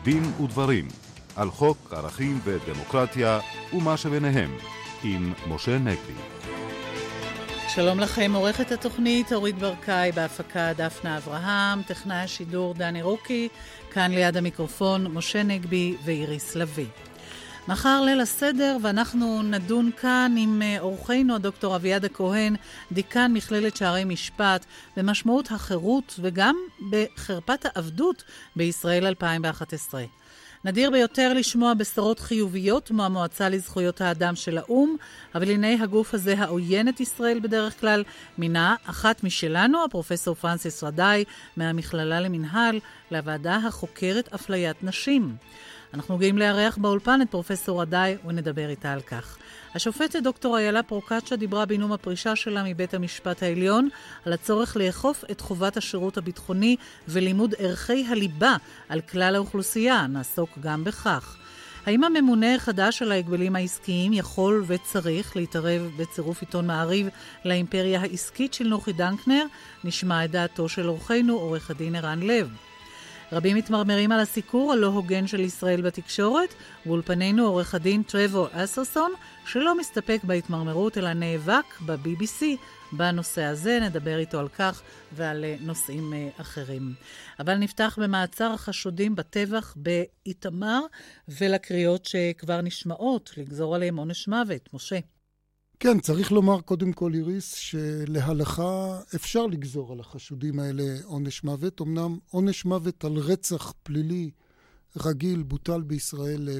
דין ודברים על חוק ערכים ודמוקרטיה ומה שביניהם עם משה נגבי. שלום לכם, עורכת התוכנית אורית ברקאי, בהפקה דפנה אברהם, טכנאי השידור דני רוקי, כאן ליד המיקרופון משה נגבי ואיריס לוי. מחר ליל הסדר ואנחנו נדון כאן עם אורחנו הדוקטור אביעד הכהן, דיקן מכללת שערי משפט, במשמעות החירות וגם בחרפת העבדות בישראל 2011. נדיר ביותר לשמוע בשורות חיוביות מהמועצה לזכויות האדם של האום, אבל הנה הגוף הזה העוין את ישראל בדרך כלל מינה אחת משלנו, הפרופסור פרנסיס רדאי מהמכללה למנהל, לוועדה החוקרת אפליית נשים. אנחנו גאים לארח באולפן את פרופסור רדאי ונדבר איתה על כך. השופטת דוקטור איילה פרוקצ'ה דיברה בנאום הפרישה שלה מבית המשפט העליון על הצורך לאכוף את חובת השירות הביטחוני ולימוד ערכי הליבה על כלל האוכלוסייה. נעסוק גם בכך. האם הממונה החדש על ההגבלים העסקיים יכול וצריך להתערב בצירוף עיתון מעריב לאימפריה העסקית של נוחי דנקנר? נשמע את דעתו של אורחנו עורך הדין ערן לב. רבים מתמרמרים על הסיקור הלא הוגן של ישראל בתקשורת, ואולפנינו עורך הדין טרוור אסרסון, שלא מסתפק בהתמרמרות אלא נאבק ב-BBC בנושא הזה. נדבר איתו על כך ועל נושאים אחרים. אבל נפתח במעצר החשודים בטבח באיתמר ולקריאות שכבר נשמעות לגזור עליהם עונש מוות. משה. כן, צריך לומר קודם כל, איריס, שלהלכה אפשר לגזור על החשודים האלה עונש מוות. אמנם עונש מוות על רצח פלילי רגיל בוטל בישראל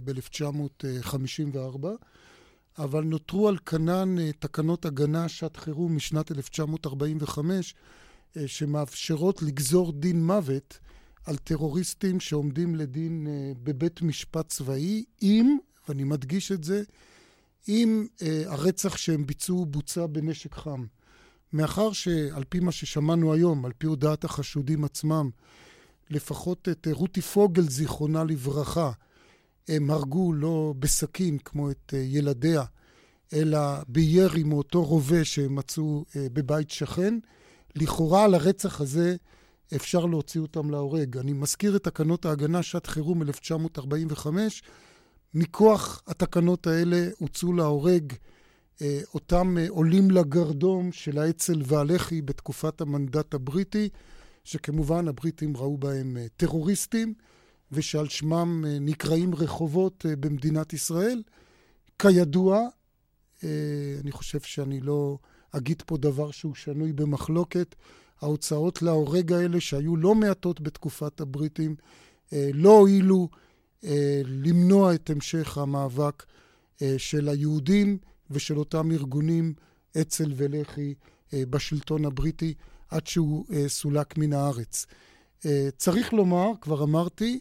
ב-1954, אבל נותרו על כנן תקנות הגנה שעת חירום משנת 1945, שמאפשרות לגזור דין מוות על טרוריסטים שעומדים לדין בבית משפט צבאי, ואני מדגיש את זה, אם הרצח שהם ביצעו בוצע בנשק חם. מאחר שעל פי מה ששמענו היום, על פי הודעת החשודים עצמם, לפחות את רותי פוגל זיכרונה לברכה, הם הרגו לא בסכין כמו את ילדיה, אלא בירי מאותו רובה שהם מצאו בבית שכן. לכאורה על הרצח הזה אפשר להוציא אותם להורג. אני מזכיר את תקנות ההגנה שעת חירום 1945, מכוח התקנות האלה הוצאו להורג אותם עולים לגרדום של האצ"ל והלח"י בתקופת המנדט הבריטי, שכמובן הבריטים ראו בהם טרוריסטים, ושעל שמם נקראים רחובות במדינת ישראל. כידוע, אני חושב שאני לא אגיד פה דבר שהוא שנוי במחלוקת, ההוצאות להורג האלה שהיו לא מעטות בתקופת הבריטים, לא הועילו למנוע את המשך המאבק של היהודים ושל אותם ארגונים אצ"ל ולח"י בשלטון הבריטי עד שהוא סולק מן הארץ. צריך לומר, כבר אמרתי,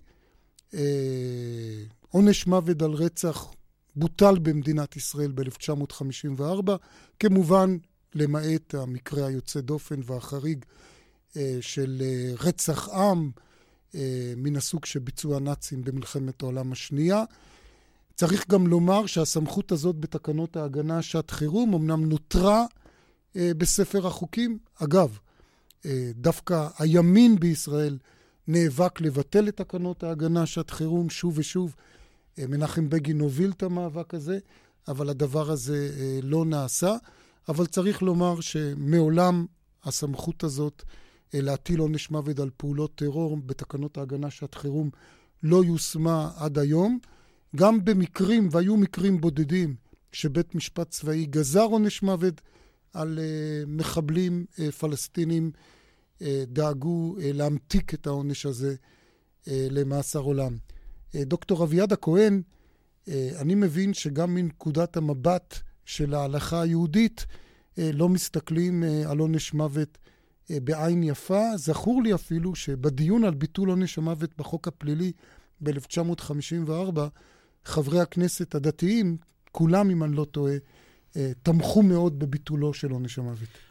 עונש מוות על רצח בוטל במדינת ישראל ב-1954, כמובן למעט המקרה היוצא דופן והחריג של רצח עם, מן הסוג שביצעו הנאצים במלחמת העולם השנייה. צריך גם לומר שהסמכות הזאת בתקנות ההגנה שעת חירום אמנם נותרה בספר החוקים. אגב, דווקא הימין בישראל נאבק לבטל את תקנות ההגנה שעת חירום שוב ושוב. מנחם בגין הוביל את המאבק הזה, אבל הדבר הזה לא נעשה. אבל צריך לומר שמעולם הסמכות הזאת להטיל עונש מוות על פעולות טרור בתקנות ההגנה שעת חירום לא יושמה עד היום. גם במקרים, והיו מקרים בודדים, שבית משפט צבאי גזר עונש מוות על מחבלים פלסטינים, דאגו להמתיק את העונש הזה למאסר עולם. דוקטור אביעד הכהן, אני מבין שגם מנקודת המבט של ההלכה היהודית לא מסתכלים על עונש מוות בעין יפה. זכור לי אפילו שבדיון על ביטול עונש המוות בחוק הפלילי ב-1954, חברי הכנסת הדתיים, כולם אם אני לא טועה, תמכו מאוד בביטולו של עונש המוות.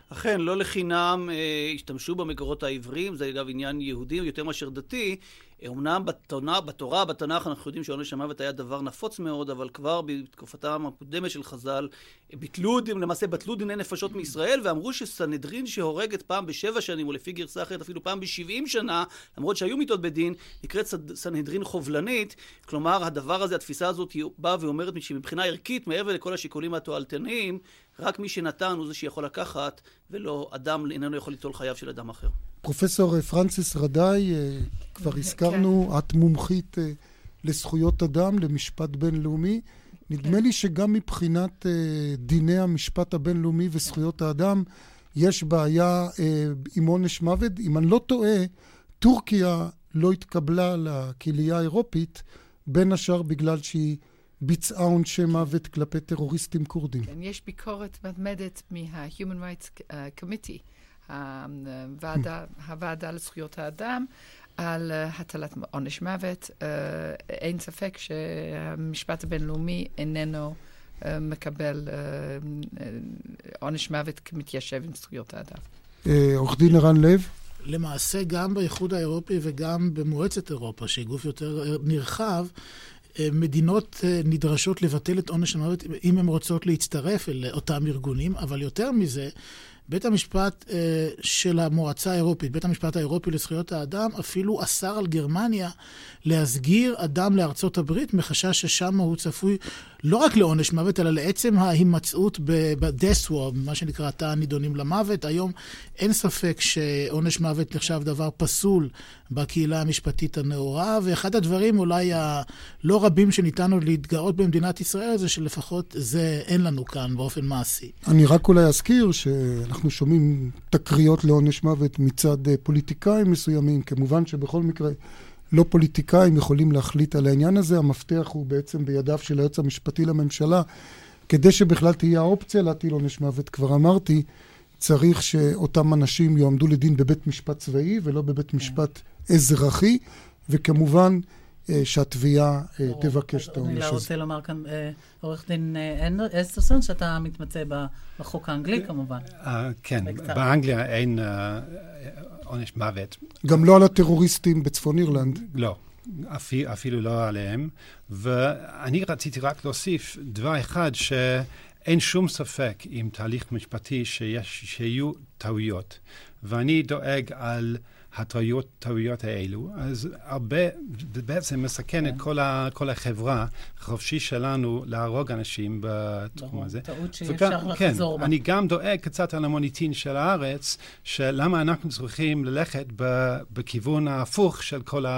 אכן, לא לחינם השתמשו במקורות העבריים, זה אגב עניין יהודי יותר מאשר דתי. אמנם בתורה, בתנ"ך, אנחנו יודעים שעונש המוות היה דבר נפוץ מאוד, אבל כבר בתקופתם הקודמת של חז"ל, למעשה בטלו דיני נפשות מישראל, ואמרו שסנהדרין שהורגת פעם ב7 שנים, או לפי גרסה אחרת אפילו פעם ב70 שנה, למרות שהיו מיתות בדין, נקראת סנהדרין חובלנית. כלומר, הדבר הזה, התפיסה הזאת באה ואומרת שמבחינה ערכית, מעבר לכל השיקולים התועלתניים, רק מי שנתן הוא זה שיכול לקחת, ולא אדם איננו יכול ליטול חייו של אדם אחר. פרופסור פרנסיס רדאי, כבר הזכרנו, את מומחית לזכויות אדם, למשפט בינלאומי. נדמה לי שגם מבחינת דיני המשפט הבינלאומי וזכויות האדם, יש בעיה עם עונש מוות. אם אני לא טועה, טורקיה לא התקבלה לקהילה האירופית, בין השאר בגלל שהיא ביצעה עונשי מוות כלפי טרוריסטים קורדים. כן, יש ביקורת מתמדת מה-Human Rights Committee, הוועדה לזכויות האדם, על הטלת עונש מוות. אין ספק שהמשפט הבינלאומי איננו מקבל עונש מוות כמתיישב עם זכויות האדם. עורך דין ערן לב? למעשה גם באיחוד האירופי וגם במועצת אירופה, שהיא גוף יותר נרחב, מדינות נדרשות לבטל את עונש המוות אם הן רוצות להצטרף אל אותם ארגונים, אבל יותר מזה, בית המשפט של המועצה האירופית, בית המשפט האירופי לזכויות האדם, אפילו אסר על גרמניה להסגיר אדם לארצות הברית, מחשש ששם הוא צפוי לא רק לעונש מוות, אלא לעצם ההימצאות ב-death war, מה שנקרא תא נידונים למוות. היום אין ספק שעונש מוות נחשב דבר פסול בקהילה המשפטית הנאורה, ואחד הדברים אולי הלא רבים שניתן עוד להתגאות במדינת ישראל, זה שלפחות זה אין לנו כאן באופן מעשי. אני רק אולי אזכיר שאנחנו שומעים תקריות לעונש מוות מצד פוליטיקאים מסוימים, כמובן שבכל מקרה לא פוליטיקאים יכולים להחליט על העניין הזה, המפתח הוא בעצם בידיו של היועץ המשפטי לממשלה, כדי שבכלל תהיה האופציה להטיל עונש מוות. כבר אמרתי, צריך שאותם אנשים יועמדו לדין בבית משפט צבאי ולא בבית משפט אזרחי, וכמובן שהתביעה תבקש את העונש הזה. אני רוצה לומר כאן, עורך דין אסטרסון, שאתה מתמצא בחוק האנגלי כמובן. כן, באנגליה אין עונש מוות. גם לא על הטרוריסטים בצפון אירלנד. לא, אפילו לא עליהם. ואני רציתי רק להוסיף דבר אחד, שאין שום ספק עם תהליך משפטי שיהיו טעויות. ואני דואג על הטעויות האלו, אז הרבה בעצם מסכן את כל החברה החופשי שלנו להרוג אנשים בתחום הזה. טעות שאי אפשר לחזור בה. אני גם דואג קצת על המוניטין של הארץ, שלמה אנחנו צריכים ללכת בכיוון ההפוך של כל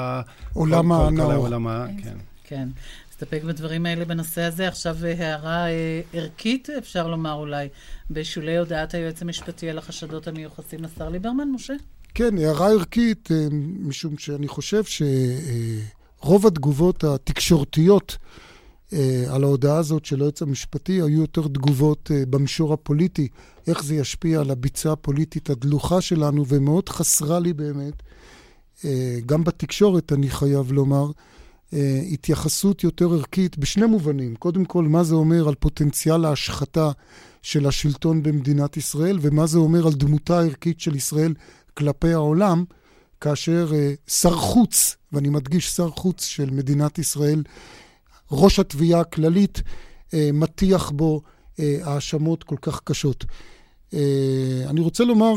העולם. כן. נסתפק בדברים האלה בנושא הזה. עכשיו הערה ערכית, אפשר לומר אולי, בשולי הודעת היועץ המשפטי על החשדות המיוחסים לשר ליברמן, משה? כן, הערה ערכית, משום שאני חושב שרוב התגובות התקשורתיות על ההודעה הזאת של היועץ המשפטי היו יותר תגובות במישור הפוליטי, איך זה ישפיע על הביצה הפוליטית הדלוחה שלנו, ומאוד חסרה לי באמת, גם בתקשורת אני חייב לומר, התייחסות יותר ערכית בשני מובנים. קודם כל, מה זה אומר על פוטנציאל ההשחתה של השלטון במדינת ישראל, ומה זה אומר על דמותה הערכית של ישראל כלפי העולם, כאשר שר חוץ, ואני מדגיש שר חוץ של מדינת ישראל, ראש התביעה הכללית, מטיח בו האשמות כל כך קשות. אני רוצה לומר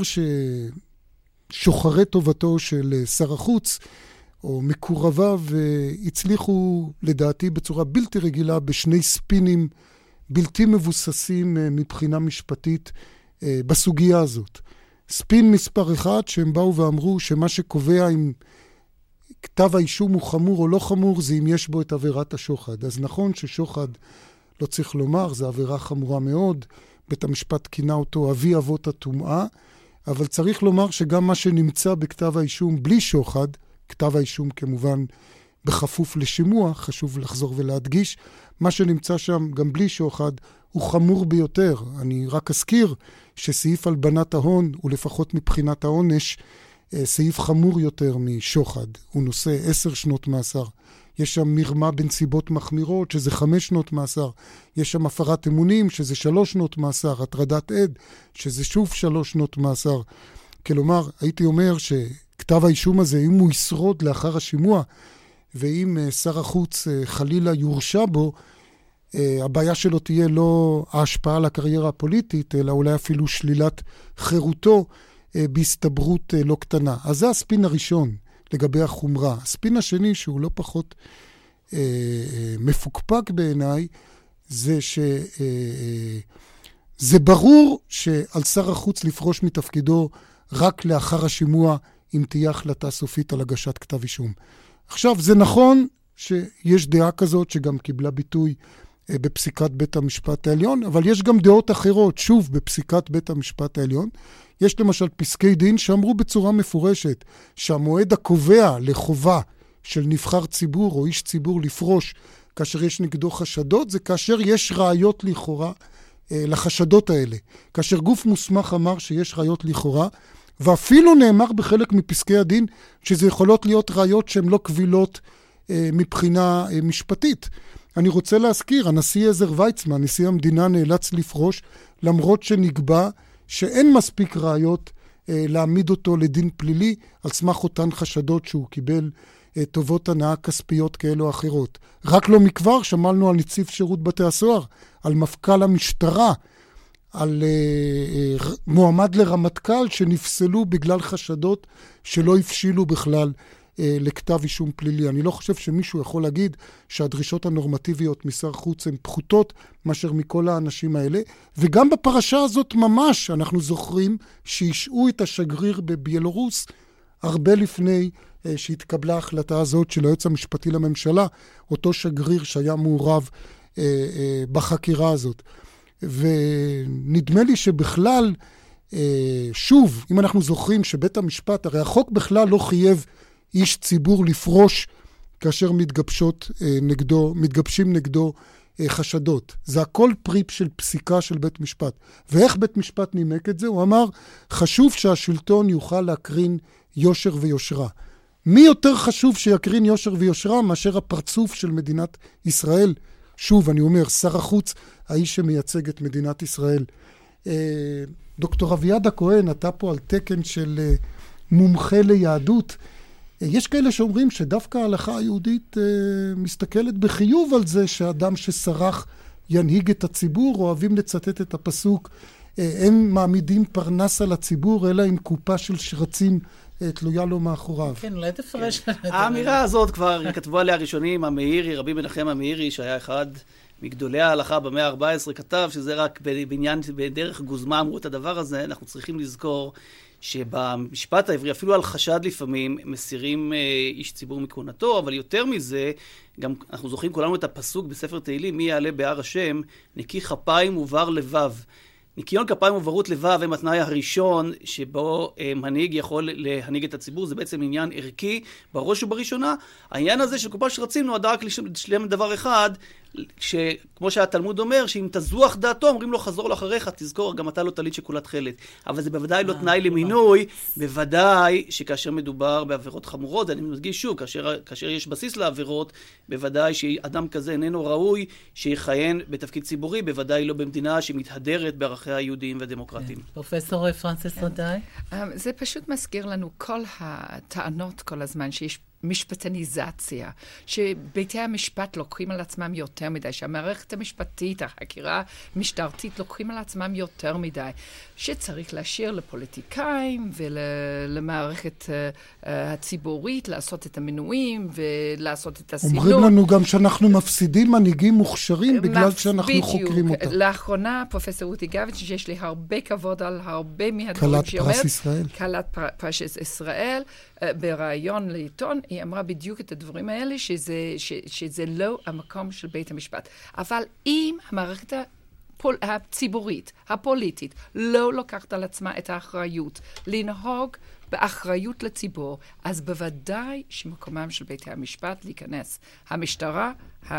ששוחרי טובתו של שר החוץ, או מקורביו, הצליחו לדעתי בצורה בלתי רגילה בשני ספינים בלתי מבוססים מבחינה משפטית בסוגיה הזאת. ספין מספר אחד, שהם באו ואמרו שמה שקובע אם כתב האישום הוא חמור או לא חמור, זה אם יש בו את עבירת השוחד. אז נכון ששוחד, לא צריך לומר, זה עבירה חמורה מאוד, בית המשפט כינה אותו אבי אבות הטומאה, אבל צריך לומר שגם מה שנמצא בכתב האישום בלי שוחד, כתב האישום כמובן בכפוף לשימוע, חשוב לחזור ולהדגיש, מה שנמצא שם גם בלי שוחד הוא חמור ביותר. אני רק אזכיר שסעיף הלבנת ההון הוא לפחות מבחינת העונש סעיף חמור יותר משוחד. הוא נושא 10 שנות מאסר יש שם מרמה בנסיבות מחמירות, שזה 5 שנות מאסר. יש שם הפרת אמונים, שזה 3 שנות מאסר. הטרדת עד, שזה שוב 3 שנות מאסר. כלומר, הייתי אומר שכתב האישום הזה, אם הוא ישרוד לאחר השימוע, ואם שר החוץ חלילה יורשע בו, הבעיה שלו תהיה לא ההשפעה על הקריירה הפוליטית, אלא אולי אפילו שלילת חירותו בהסתברות לא קטנה. אז זה הספין הראשון לגבי החומרה. הספין השני, שהוא לא פחות מפוקפק בעיניי, זה זה ברור שעל שר החוץ לפרוש מתפקידו רק לאחר השימוע, אם תהיה החלטה סופית על הגשת כתב אישום. עכשיו, זה נכון שיש דעה כזאת שגם קיבלה ביטוי בפסיקת בית המשפט העליון, אבל יש גם דעות אחרות, שוב, בפסיקת בית המשפט העליון. יש למשל פסקי דין שאמרו בצורה מפורשת שהמועד הקובע לחובה של נבחר ציבור או איש ציבור לפרוש כאשר יש נגדו חשדות, זה כאשר יש ראיות לכאורה לחשדות האלה. כאשר גוף מוסמך אמר שיש ראיות לכאורה, ואפילו נאמר בחלק מפסקי הדין שזה יכולות להיות ראיות שהן לא קבילות מבחינה משפטית. אני רוצה להזכיר, הנשיא עזר ויצמן, נשיא המדינה, נאלץ לפרוש, למרות שנקבע שאין מספיק ראיות להעמיד אותו לדין פלילי, על סמך אותן חשדות שהוא קיבל טובות הנאה כספיות כאלו או אחרות. רק לא מכבר שמענו על נציב שירות בתי הסוהר, על מפכ"ל המשטרה, על מועמד לרמטכ"ל שנפסלו בגלל חשדות שלא הפשילו בכלל לכתב אישום פלילי. אני לא חושב שמישהו יכול להגיד שהדרישות הנורמטיביות משר חוץ הן פחותות מאשר מכל האנשים האלה, וגם בפרשה הזאת ממש אנחנו זוכרים שהשעו את השגריר בביילורוס הרבה לפני שהתקבלה ההחלטה הזאת של היועץ המשפטי לממשלה, אותו שגריר שהיה מעורב בחקירה הזאת. ונדמה לי שבכלל, שוב, אם אנחנו זוכרים שבית המשפט, הרי החוק בכלל לא חייב איש ציבור לפרוש כאשר מתגבשים נגדו חשדות. זה הכל פרי של פסיקה של בית משפט. ואיך בית משפט נימק את זה? הוא אמר, חשוב שהשלטון יוכל להקרין יושר ויושרה. מי יותר חשוב שיקרין יושר ויושרה מאשר הפרצוף של מדינת ישראל? שוב, אני אומר, שר החוץ, האיש שמייצג את מדינת ישראל. דוקטור אביעד הכהן, אתה פה על תקן של מומחה ליהדות. יש כאלה שאומרים שדווקא ההלכה היהודית מסתכלת בחיוב על זה שאדם שסרח ינהיג את הציבור, אוהבים לצטט את הפסוק, אין מעמידים פרנס על הציבור, אלא עם קופה של שרצים תלויה לו מאחוריו. כן, אולי תפרש. האמירה הזאת כבר כתבו עליה הראשונים, המאירי, רבי מנחם המאירי, שהיה אחד מגדולי ההלכה במאה ה-14, כתב שזה רק בדרך גוזמה אמרו את הדבר הזה. אנחנו צריכים לזכור שבמשפט העברי, אפילו על חשד לפעמים, מסירים איש ציבור מכהונתו, אבל יותר מזה, גם אנחנו זוכרים כולנו את הפסוק בספר תהילים, מי יעלה בהר השם, נקי כפיים ובר לבב. ניקיון כפיים וברות לבב הם התנאי הראשון שבו מנהיג יכול להנהיג את הציבור. זה בעצם עניין ערכי בראש ובראשונה. העניין הזה של קופה שרצים נועדה רק לשלם דבר אחד, שכמו שהתלמוד אומר, שאם תזוח דעתו, אומרים לו חזור לאחריך, תזכור, גם אתה לא תליט שכולת חלת. אבל זה בוודאי לא תנאי למינוי, בוודאי שכאשר מדובר בעבירות חמורות, אני מדגיש שוב, כאשר יש בסיס לעבירות, בוודאי שאדם כזה איננו ראוי שיכהן בתפקיד ציבורי, בוודאי לא במדינה שמתהדרת בערכיה היהודיים והדמוקרטיים. פרופסור פרנסס רדאי? זה פשוט מזכיר לנו כל הטענות כל הזמן שיש משפטניזציה, שביתי המשפט לוקחים על עצמם יותר מדי, שהמערכת המשפטית, החקירה משטרתית לוקחים על עצמם יותר מדי, שצריך להשאיר לפוליטיקאים ולמערכת הציבורית לעשות את המינויים ולעשות את הסינון. אומרים לנו גם שאנחנו מפסידים מנהיגים מוכשרים בגלל שאנחנו חוקרים אותם. לאחרונה פרופסור רותי גביץ' שיש לי הרבה כבוד על הרבה מהדברים שהיא אומרת. כלת פרס ישראל. כלת פרס ישראל, ברעיון לעיתון, היא אמרה בדיוק את הדברים האלה, שזה לא המקום של בית המשפט. אבל אם המערכת הציבורית, הפוליטית, לא לוקחת על עצמה את האחריות לנהוג באחריות לציבור, אז בוודאי שמקומם של בית המשפט להיכנס. המשטרה,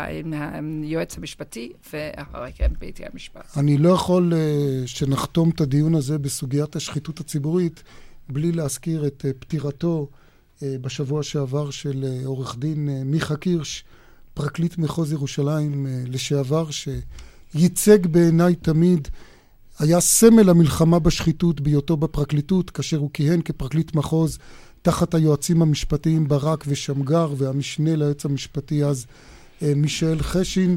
היועץ המשפטי ואחרי כן בית המשפט. אני לא יכול שנחתום את הדיון הזה בסוגיית השחיתות הציבורית, בלי להזכיר את פטירתו בשבוע שעבר של עורך דין מיכה קירש, פרקליט מחוז ירושלים לשעבר, שייצג בעיניי תמיד, היה סמל המלחמה בשחיתות בהיותו בפרקליטות, כאשר הוא כיהן כפרקליט מחוז תחת היועצים המשפטיים ברק ושמגר, והמשנה ליועץ המשפטי אז מישאל חשין,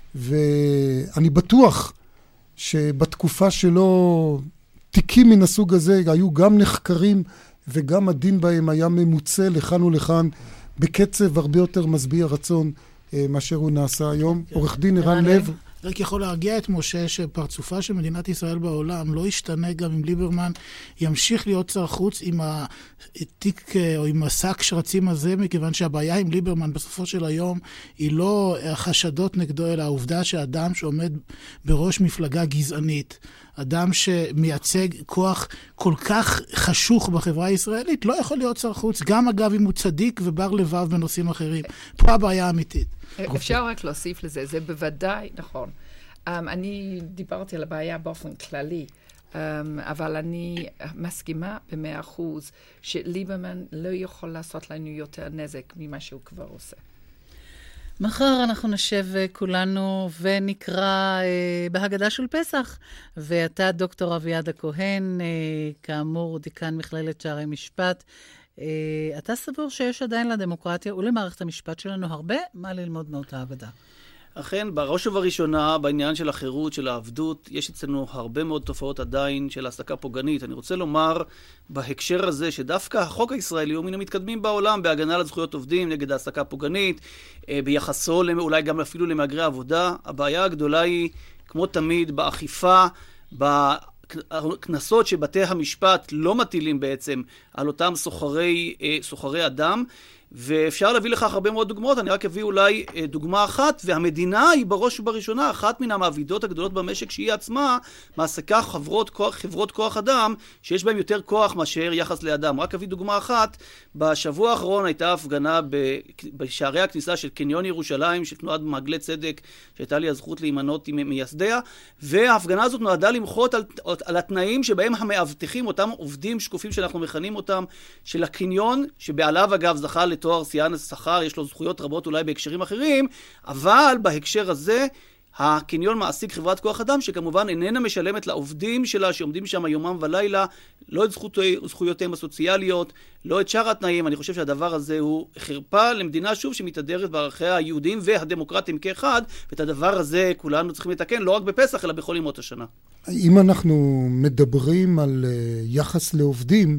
ואני בטוח שבתקופה שלו תיקים מן הסוג הזה היו גם נחקרים וגם הדין בהם היה ממוצא לכאן ולכאן בקצב הרבה יותר משביע רצון מאשר הוא נעשה היום. עורך דין ערן לב. רק יכול להרגיע את משה שפרצופה של מדינת ישראל בעולם לא ישתנה גם אם ליברמן ימשיך להיות שר חוץ עם התיק או עם השק שרצים הזה, מכיוון שהבעיה עם ליברמן בסופו של היום היא לא החשדות נגדו, אלא העובדה שאדם שעומד בראש מפלגה גזענית, אדם שמייצג כוח כל כך חשוך בחברה הישראלית, לא יכול להיות שר חוץ, גם אגב אם הוא צדיק ובר לבב בנושאים אחרים. פה הבעיה האמיתית. אפשר רק להוסיף לזה, זה בוודאי נכון. אני דיברתי על הבעיה באופן כללי, אבל אני מסכימה ב100% שליברמן לא יכול לעשות לנו יותר נזק ממה שהוא כבר עושה. מחר אנחנו נשב כולנו ונקרא בהגדה של פסח, ואתה דוקטור אביעד הכהן, כאמור דיקן מכללת שערי משפט, אתה סבור שיש עדיין לדמוקרטיה ולמערכת המשפט שלנו הרבה מה ללמוד מאותה הגדה. אכן, בראש ובראשונה, בעניין של החירות, של העבדות, יש אצלנו הרבה מאוד תופעות עדיין של העסקה פוגענית. אני רוצה לומר בהקשר הזה שדווקא החוק הישראלי הוא מן המתקדמים בעולם בהגנה על זכויות עובדים נגד העסקה פוגענית, ביחסו אולי גם אפילו למהגרי עבודה. הבעיה הגדולה היא, כמו תמיד, באכיפה, בקנסות שבתי המשפט לא מטילים בעצם על אותם סוחרי אדם, ואפשר להביא לכך הרבה מאוד דוגמאות. אני רק אביא אולי דוגמה אחת, והמדינה היא בראש ובראשונה אחת מן המעבידות הגדולות במשק, שהיא עצמה מעסיקה חברות כוח אדם שיש בהן יותר כוח מאשר יחס לאדם. רק אביא דוגמה אחת, בשבוע האחרון הייתה הפגנה בשערי הכניסה של קניון ירושלים של תנועת מעגלי צדק, שהייתה לי הזכות להימנות עם מייסדיה, וההפגנה הזאת נועדה למחות על התנאים שבהם המאבטחים, אותם עובדים שקופים שאנחנו מכנים אותם, של הקניון, שבעליו אגב זכה לתואר שיאן השכר, יש לו זכויות רבות אולי בהקשרים אחרים, אבל בהקשר הזה הקניון מעסיק חברת כוח אדם שכמובן איננה משלמת לעובדים שלה שעומדים שם יומם ולילה, לא את זכויותיהם הסוציאליות, לא את שאר התנאים. אני חושב שהדבר הזה הוא חרפה למדינה שוב שמתהדרת בערכיה היהודיים והדמוקרטיים כאחד, ואת הדבר הזה כולנו צריכים לתקן לא רק בפסח אלא בכל ימות השנה. אם אנחנו מדברים על יחס לעובדים,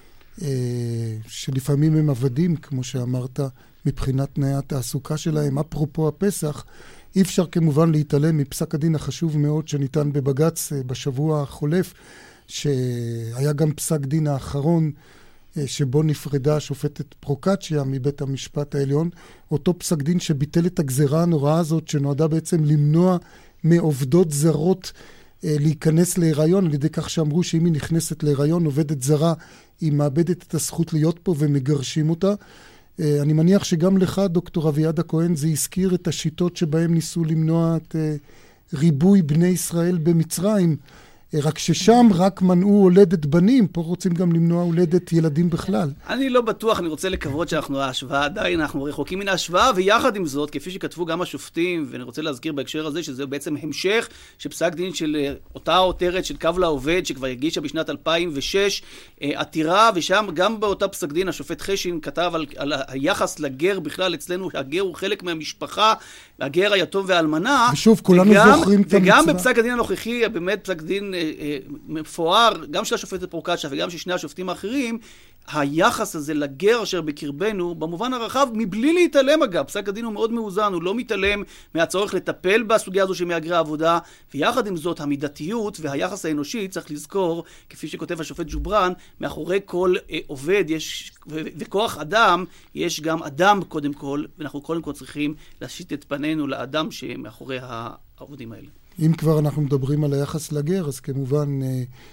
שלפעמים הם עבדים, כמו שאמרת, מבחינת תנאי התעסוקה שלהם, אפרופו הפסח, אי אפשר כמובן להתעלם מפסק הדין החשוב מאוד שניתן בבג"ץ בשבוע החולף, שהיה גם פסק דין האחרון שבו נפרדה השופטת פרוקצ'יה מבית המשפט העליון, אותו פסק דין שביטל את הגזרה הנוראה הזאת, שנועדה בעצם למנוע מעובדות זרות להיכנס להיריון, על ידי כך שאמרו שאם היא נכנסת להיריון, עובדת זרה, היא מאבדת את הזכות להיות פה ומגרשים אותה. אני מניח שגם לך, דוקטור אביעד הכהן, זה הזכיר את השיטות שבהם ניסו למנוע את ריבוי בני ישראל במצרים, רק ששם רק מנעו הולדת בנים, פה רוצים גם למנוע הולדת ילדים בכלל. אני לא בטוח, אני רוצה לקוות שאנחנו ההשוואה, עדיין אנחנו רחוקים מן ההשוואה, ויחד עם זאת, כפי שכתבו גם השופטים, ואני רוצה להזכיר בהקשר הזה, שזה בעצם המשך שפסק דין של אותה עותרת של קו לעובד, שכבר הגישה בשנת 2006, עתירה, ושם גם באותה פסק דין, השופט חשין כתב על היחס לגר בכלל אצלנו, הגר הוא חלק מהמשפחה, הגר היתום והאלמנה. ושוב, כולנו זוכרים את המצווה. וגם בפסק הדין הנוכחי, באמת פסק דין מפואר, גם של השופטת פרוקצ'יה וגם של שני השופטים האחרים, היחס הזה לגר אשר בקרבנו, במובן הרחב, מבלי להתעלם אגב, פסק הדין הוא מאוד מאוזן, הוא לא מתעלם מהצורך לטפל בסוגיה הזו של מהגרי העבודה, ויחד עם זאת המידתיות והיחס האנושי, צריך לזכור, כפי שכותב השופט ג'וברן, מאחורי כל עובד יש, וכוח אדם, יש גם אדם קודם כל, ואנחנו קודם כל צריכים להשית את פנינו לאדם שמאחורי העובדים האלה. אם כבר אנחנו מדברים על היחס לגר, אז כמובן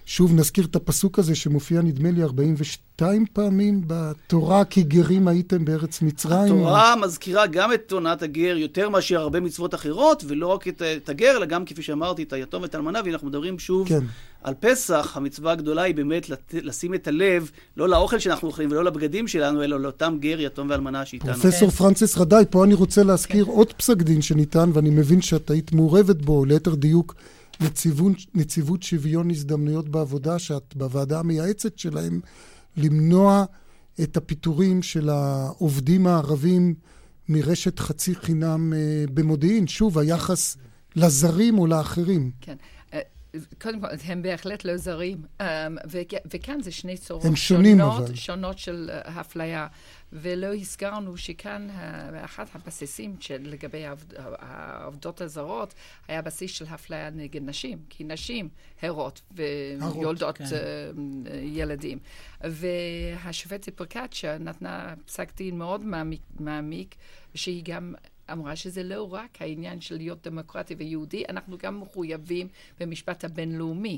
שוב נזכיר את הפסוק הזה שמופיע נדמה לי 42 פעמים בתורה, כי גרים הייתם בארץ מצרים. התורה מזכירה גם את עונת הגר יותר מאשר הרבה מצוות אחרות, ולא רק את הגר, אלא גם כפי שאמרתי, את היתום ואת האלמנה, ואנחנו מדברים שוב על פסח. המצווה הגדולה היא באמת לשים את הלב, לא לאוכל שאנחנו אוכלים ולא לבגדים שלנו, אלא לאותם גר, יתום ואלמנה שאיתנו. פרופסור פרנסיס רדאי, פה אני רוצה להזכיר עוד פסק דין שניתן, ואני מבין שאת היית מעורבת בו, ליתר דיוק, נציבות שוויון הזדמנויות בעבודה, שאת בוועדה המייעצת שלהם, למנוע את הפיטורים של העובדים הערבים מרשת חצי חינם במודיעין. שוב, היחס לזרים או לאחרים. כן. קודם כל, הם בהחלט לא זרים, וכאן זה שני צורות שונות של הפליה, ולא הזכרנו שכאן אחד הבסיסים לגבי העובדות הזרות היה בסיס של הפליה נגד נשים, כי נשים הרות ויולדות ילדים. והשופטת פרוקצ'יה נתנה פסק דין מאוד מעמיק, שהיא גם אמרה שזה לא רק העניין של להיות דמוקרטי ויהודי, אנחנו גם מחויבים במשפט הבינלאומי.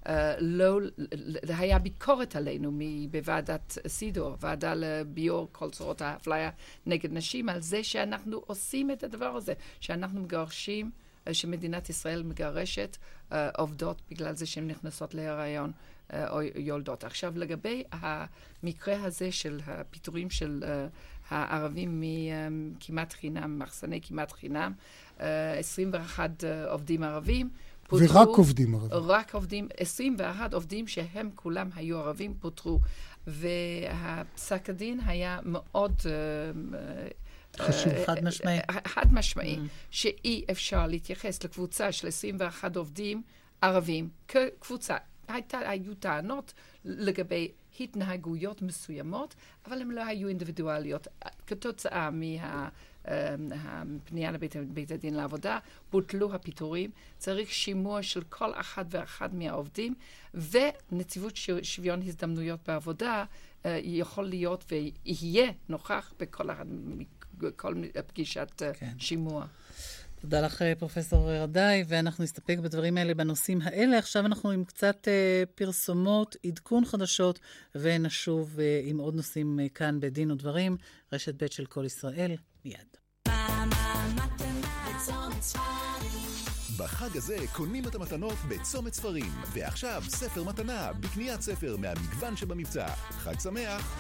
היה ביקורת עלינו בוועדת סידור, ועדה לביור כל צורות האפליה נגד נשים, על זה שאנחנו עושים את הדבר הזה, שאנחנו מגרשים, שמדינת ישראל מגרשת עובדות בגלל זה שהן נכנסות להיריון או יולדות. עכשיו, לגבי המקרה הזה של הפיטורים של הערבים מכמעט חינם, מחסני כמעט חינם, 21 עובדים ערבים פוטרו. ורק עובדים ערבים. רק עובדים, 21 עובדים שהם כולם היו ערבים פוטרו. והפסק הדין היה מאוד חשוב, חד משמעי, שאי אפשר להתייחס לקבוצה של 21 עובדים ערבים כקבוצה. היו טענות לגבי התנהגויות מסוימות, אבל הן לא היו אינדיבידואליות. כתוצאה מהפנייה לבית הדין לעבודה, בוטלו הפיטורים, צריך שימוע של כל אחד ואחד מהעובדים, ונציבות שוויון הזדמנויות בעבודה יכול להיות ויהיה נוכח בכל פגישת שימוע. תודה לך, פרופסור רדאי, ואנחנו נסתפק בדברים האלה בנושאים האלה. עכשיו אנחנו עם קצת פרסומות, עדכון חדשות, ונשוב עם עוד נושאים כאן בדין ודברים. רשת ב' של כל ישראל, מיד. בחג הזה קונים את המתנות בצומת ספרים, ועכשיו ספר מתנה בקניית ספר מהמגוון שבמבצע. חג שמח!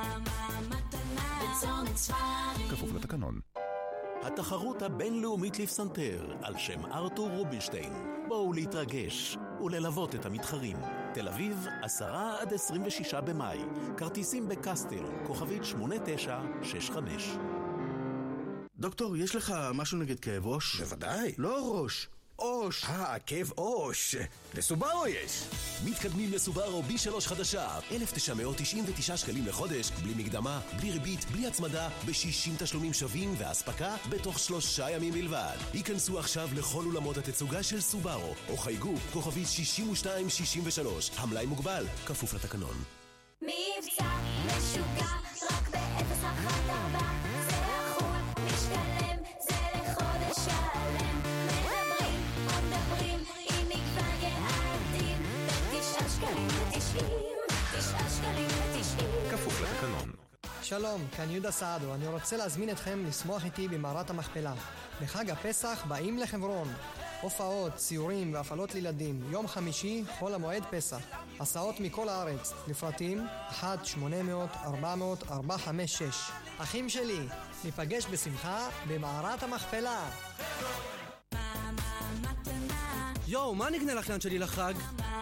כפוף לתקנון. התחרות הבינלאומית לפסנתר על שם ארתור רובינשטיין. בואו להתרגש וללוות את המתחרים. תל אביב, 10-26 במאי. כרטיסים בקסטל, כוכבית 8965. דוקטור, יש לך משהו נגד כאב ראש? בוודאי. לא ראש, אוש. כאב אוש. לסובארו יש. מתקדמים לסובארו B3 חדשה. 1,999 שקלים לחודש, בלי מקדמה, בלי ריבית, בלי הצמדה, ב-60 תשלומים שווים והספקה בתוך 3 ימים בלבד. היכנסו עכשיו לכל אולמות התצוגה של סובארו, או חייגו כוכבית 6263. המלאי מוגבל, כפוף לתקנון. מבצע משוגע, רק ב-014. זה החול, משתלם, זה לחודש שלם. מדברים עם מגוון יעדים, 9 שקלים ו-90, 9 שקלים ו-90. כפוף לתקנון. שלום, כאן יהודה סעדו. אני רוצה להזמין אתכם לשמוח איתי במערת המכפלה. בחג הפסח באים לחברון. הופעות, ציורים והפעלות לילדים. יום חמישי, חול המועד פסח. הסעות מכל הארץ. לפרטים 1-800-400-456. אחים שלי, ניפגש בשמחה במערת המכפלה. יואו, מה נגנה לכן שלי לחג?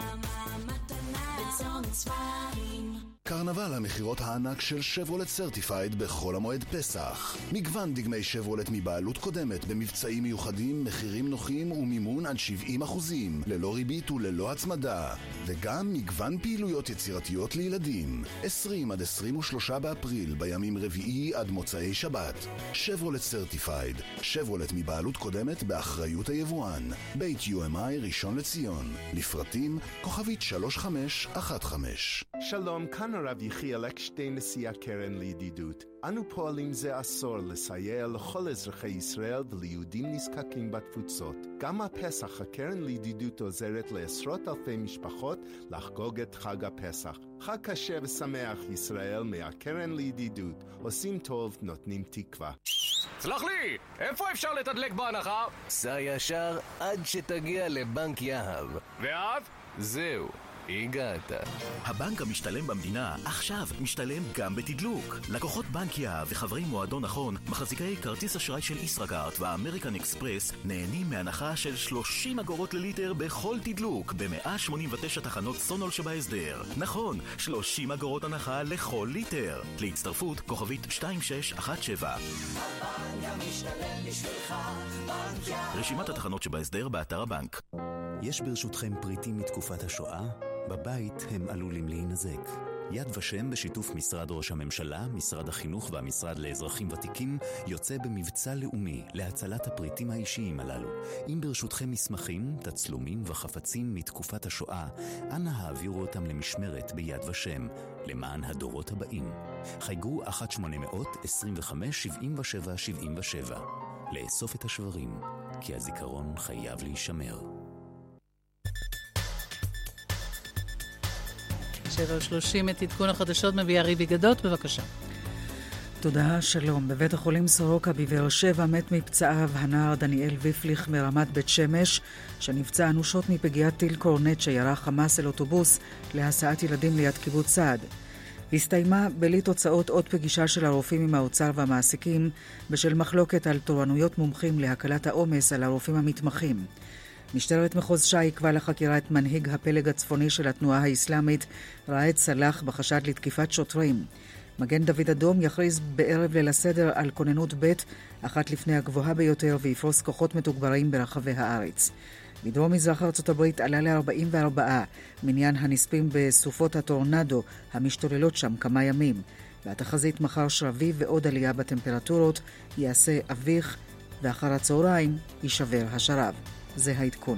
קרנבל המחירות הענק של שברולט סרטיפייד בכל המועד פסח. מגוון דגמי שברולט מבעלות קודמת במבצעים מיוחדים, מחירים נוחים ומימון עד 70%, ללא ריבית וללא הצמדה. וגם מגוון פעילויות יצירתיות לילדים. 20-23 באפריל, בימים רביעי עד מוצאי שבת. שברולט סרטיפייד. שברולט מבעלות קודמת באחריות היבואן. בית UMI ראשון לציון. לפרטים כוכבית 3511. שלום, כאן הרב יחיאל אקשטיין, נשיא הקרן לידידות. אנו פועלים זה עשור לסייע לכל אזרחי ישראל וליהודים נזקקים בתפוצות. גם הפסח הקרן לידידות עוזרת לעשרות אלפי משפחות לחגוג את חג הפסח. חג כשר ושמח ישראל מהקרן לידידות. עושים טוב, נותנים תקווה. סלח לי, איפה אפשר לתדלק בהנחה? סע ישר עד שתגיע לבנק יהב. ואז? זהו, הגעת. הבנק המשתלם במדינה עכשיו משתלם גם בתדלוק. לקוחות בנק יהב וחברי מועדון נכון, מחזיקי כרטיס אשראי של ישראכרט והאמריקן אקספרס, נהנים מהנחה של 30 אגורות לליטר בכל תדלוק ב-189 תחנות סונול שבהסדר. נכון, 30 אגורות הנחה לכל ליטר. להצטרפות כוכבית 2617. הבנק המשתלם בשבילך, בנק יהב. רשימת התחנות שבהסדר באתר הבנק. יש ברשותכם פריטים מתקופת השואה? בבית הם עלולים להינזק. יד ושם בשיתוף משרד ראש הממשלה, משרד החינוך והמשרד לאזרחים ותיקים יוצא במבצע לאומי להצלת הפריטים האישיים הללו. אם ברשותכם מסמכים, תצלומים וחפצים מתקופת השואה, אנא העבירו אותם למשמרת ביד ושם, למען הדורות הבאים. חייגו 1-800-25-77-77. לאסוף את השברים, כי הזיכרון חייב להישמר. 7:30 את עדכון החדשות מביא ריבי גדות, בבקשה. תודה, שלום. בבית החולים סורוקה בבאר שבע מת מפצעיו הנער דניאל ויפליך מרמת בית שמש, שנפצע אנושות מפגיעת טיל קורנט שירה חמאס אל אוטובוס להסעת ילדים ליד קיבוץ סעד. הסתיימה בלי תוצאות עוד פגישה של הרופאים עם האוצר והמעסיקים בשל מחלוקת על תורנויות מומחים להקלת העומס על הרופאים המתמחים. משטרת מחוז ש"י עיכבה לחקירה את מנהיג הפלג הצפוני של התנועה האסלאמית ראאד סלאח בחשד לתקיפת שוטרים. מגן דוד אדום יכריז בערב ליל הסדר על כוננות ב' אחת לפני הגבוהה ביותר ויפרוס כוחות מתוגברים ברחבי הארץ. בדרום מזרח ארצות הברית עלה ל-44 מניין הנספים בסופות הטורנדו המשתוללות שם כמה ימים. והתחזית מחר שרבי ועוד עלייה בטמפרטורות, יעשה אביך ואחר הצהריים יישבר השרב. זה העדכון.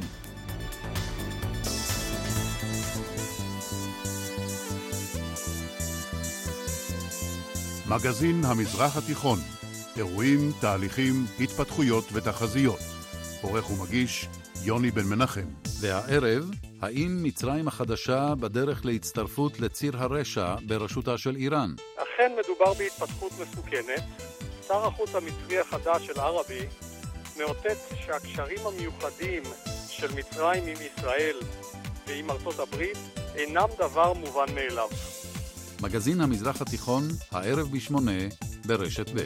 מגזין המזרח התיכון, אירועים, תהליכים, התפתחויות ותחזיות. עורך ומגיש יוני בן מנחם. והערב, האם מצרים החדשה בדרך להצטרפות לציר הרשע בראשותה של איראן? אכן מדובר בהתפתחות מסוכנת. שר החוץ המצרי החדש של ערבי מאותת שהקשרים המיוחדים של מצרים עם ישראל ועם ארצות הברית אינם דבר מובן מאליו. מגזין המזרח התיכון, הערב ב8 ברשת ב'.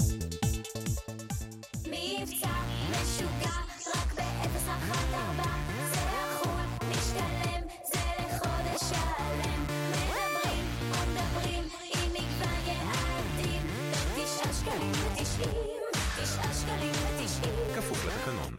מבצע משוגע רק ב-014, זה החול משתלם, זה לחודש שלם. מדברים עם מגוון יעדים, 9 שקלים ו90, 9 שקלים ו90. כפוף לתקנון.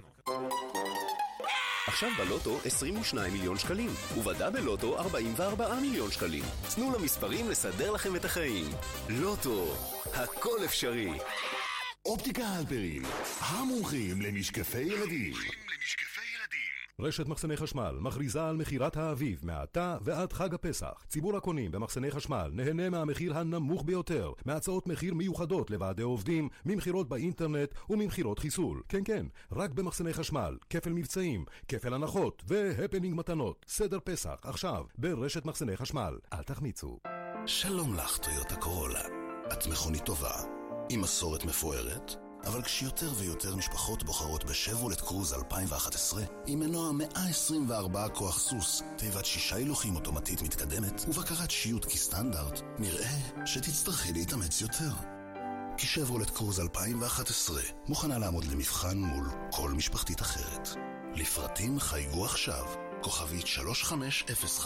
עכשיו בלוטו 22 מיליון שקלים, ובדה בלוטו 44 מיליון שקלים. תנו למספרים לסדר לכם את החיים. לוטו, הכל אפשרי. אופטיקה הלפרין, המומחים למשקפי ילדים. רשת מחסני חשמל מכריזה על מחירת האביב מעתה ועד חג הפסח. ציבור הקונים במחסני חשמל נהנה מהמחיר הנמוך ביותר, מהצעות מחיר מיוחדות לוועדי עובדים, ממחירות באינטרנט וממחירות חיסול. כן, רק במחסני חשמל, כפל מבצעים, כפל הנחות והפנינג מתנות. סדר פסח עכשיו ברשת מחסני חשמל. אל תחמיצו. שלום לך טויוטה קורולה. את מכונית טובה, עם מסורת מפוארת, אבל כשיותר ויותר משפחות בוחרות בשברולט קרוז 2011, עם מנוע 124 כוח סוס, תיבת 6 הילוכים אוטומטית מתקדמת, ובקרת שיוט כסטנדרט, נראה שתצטרכי להתאמץ יותר. כי שברולט קרוז 2011 מוכנה לעמוד למבחן מול כל משפחתית אחרת. לפרטים חייגו עכשיו, כוכבית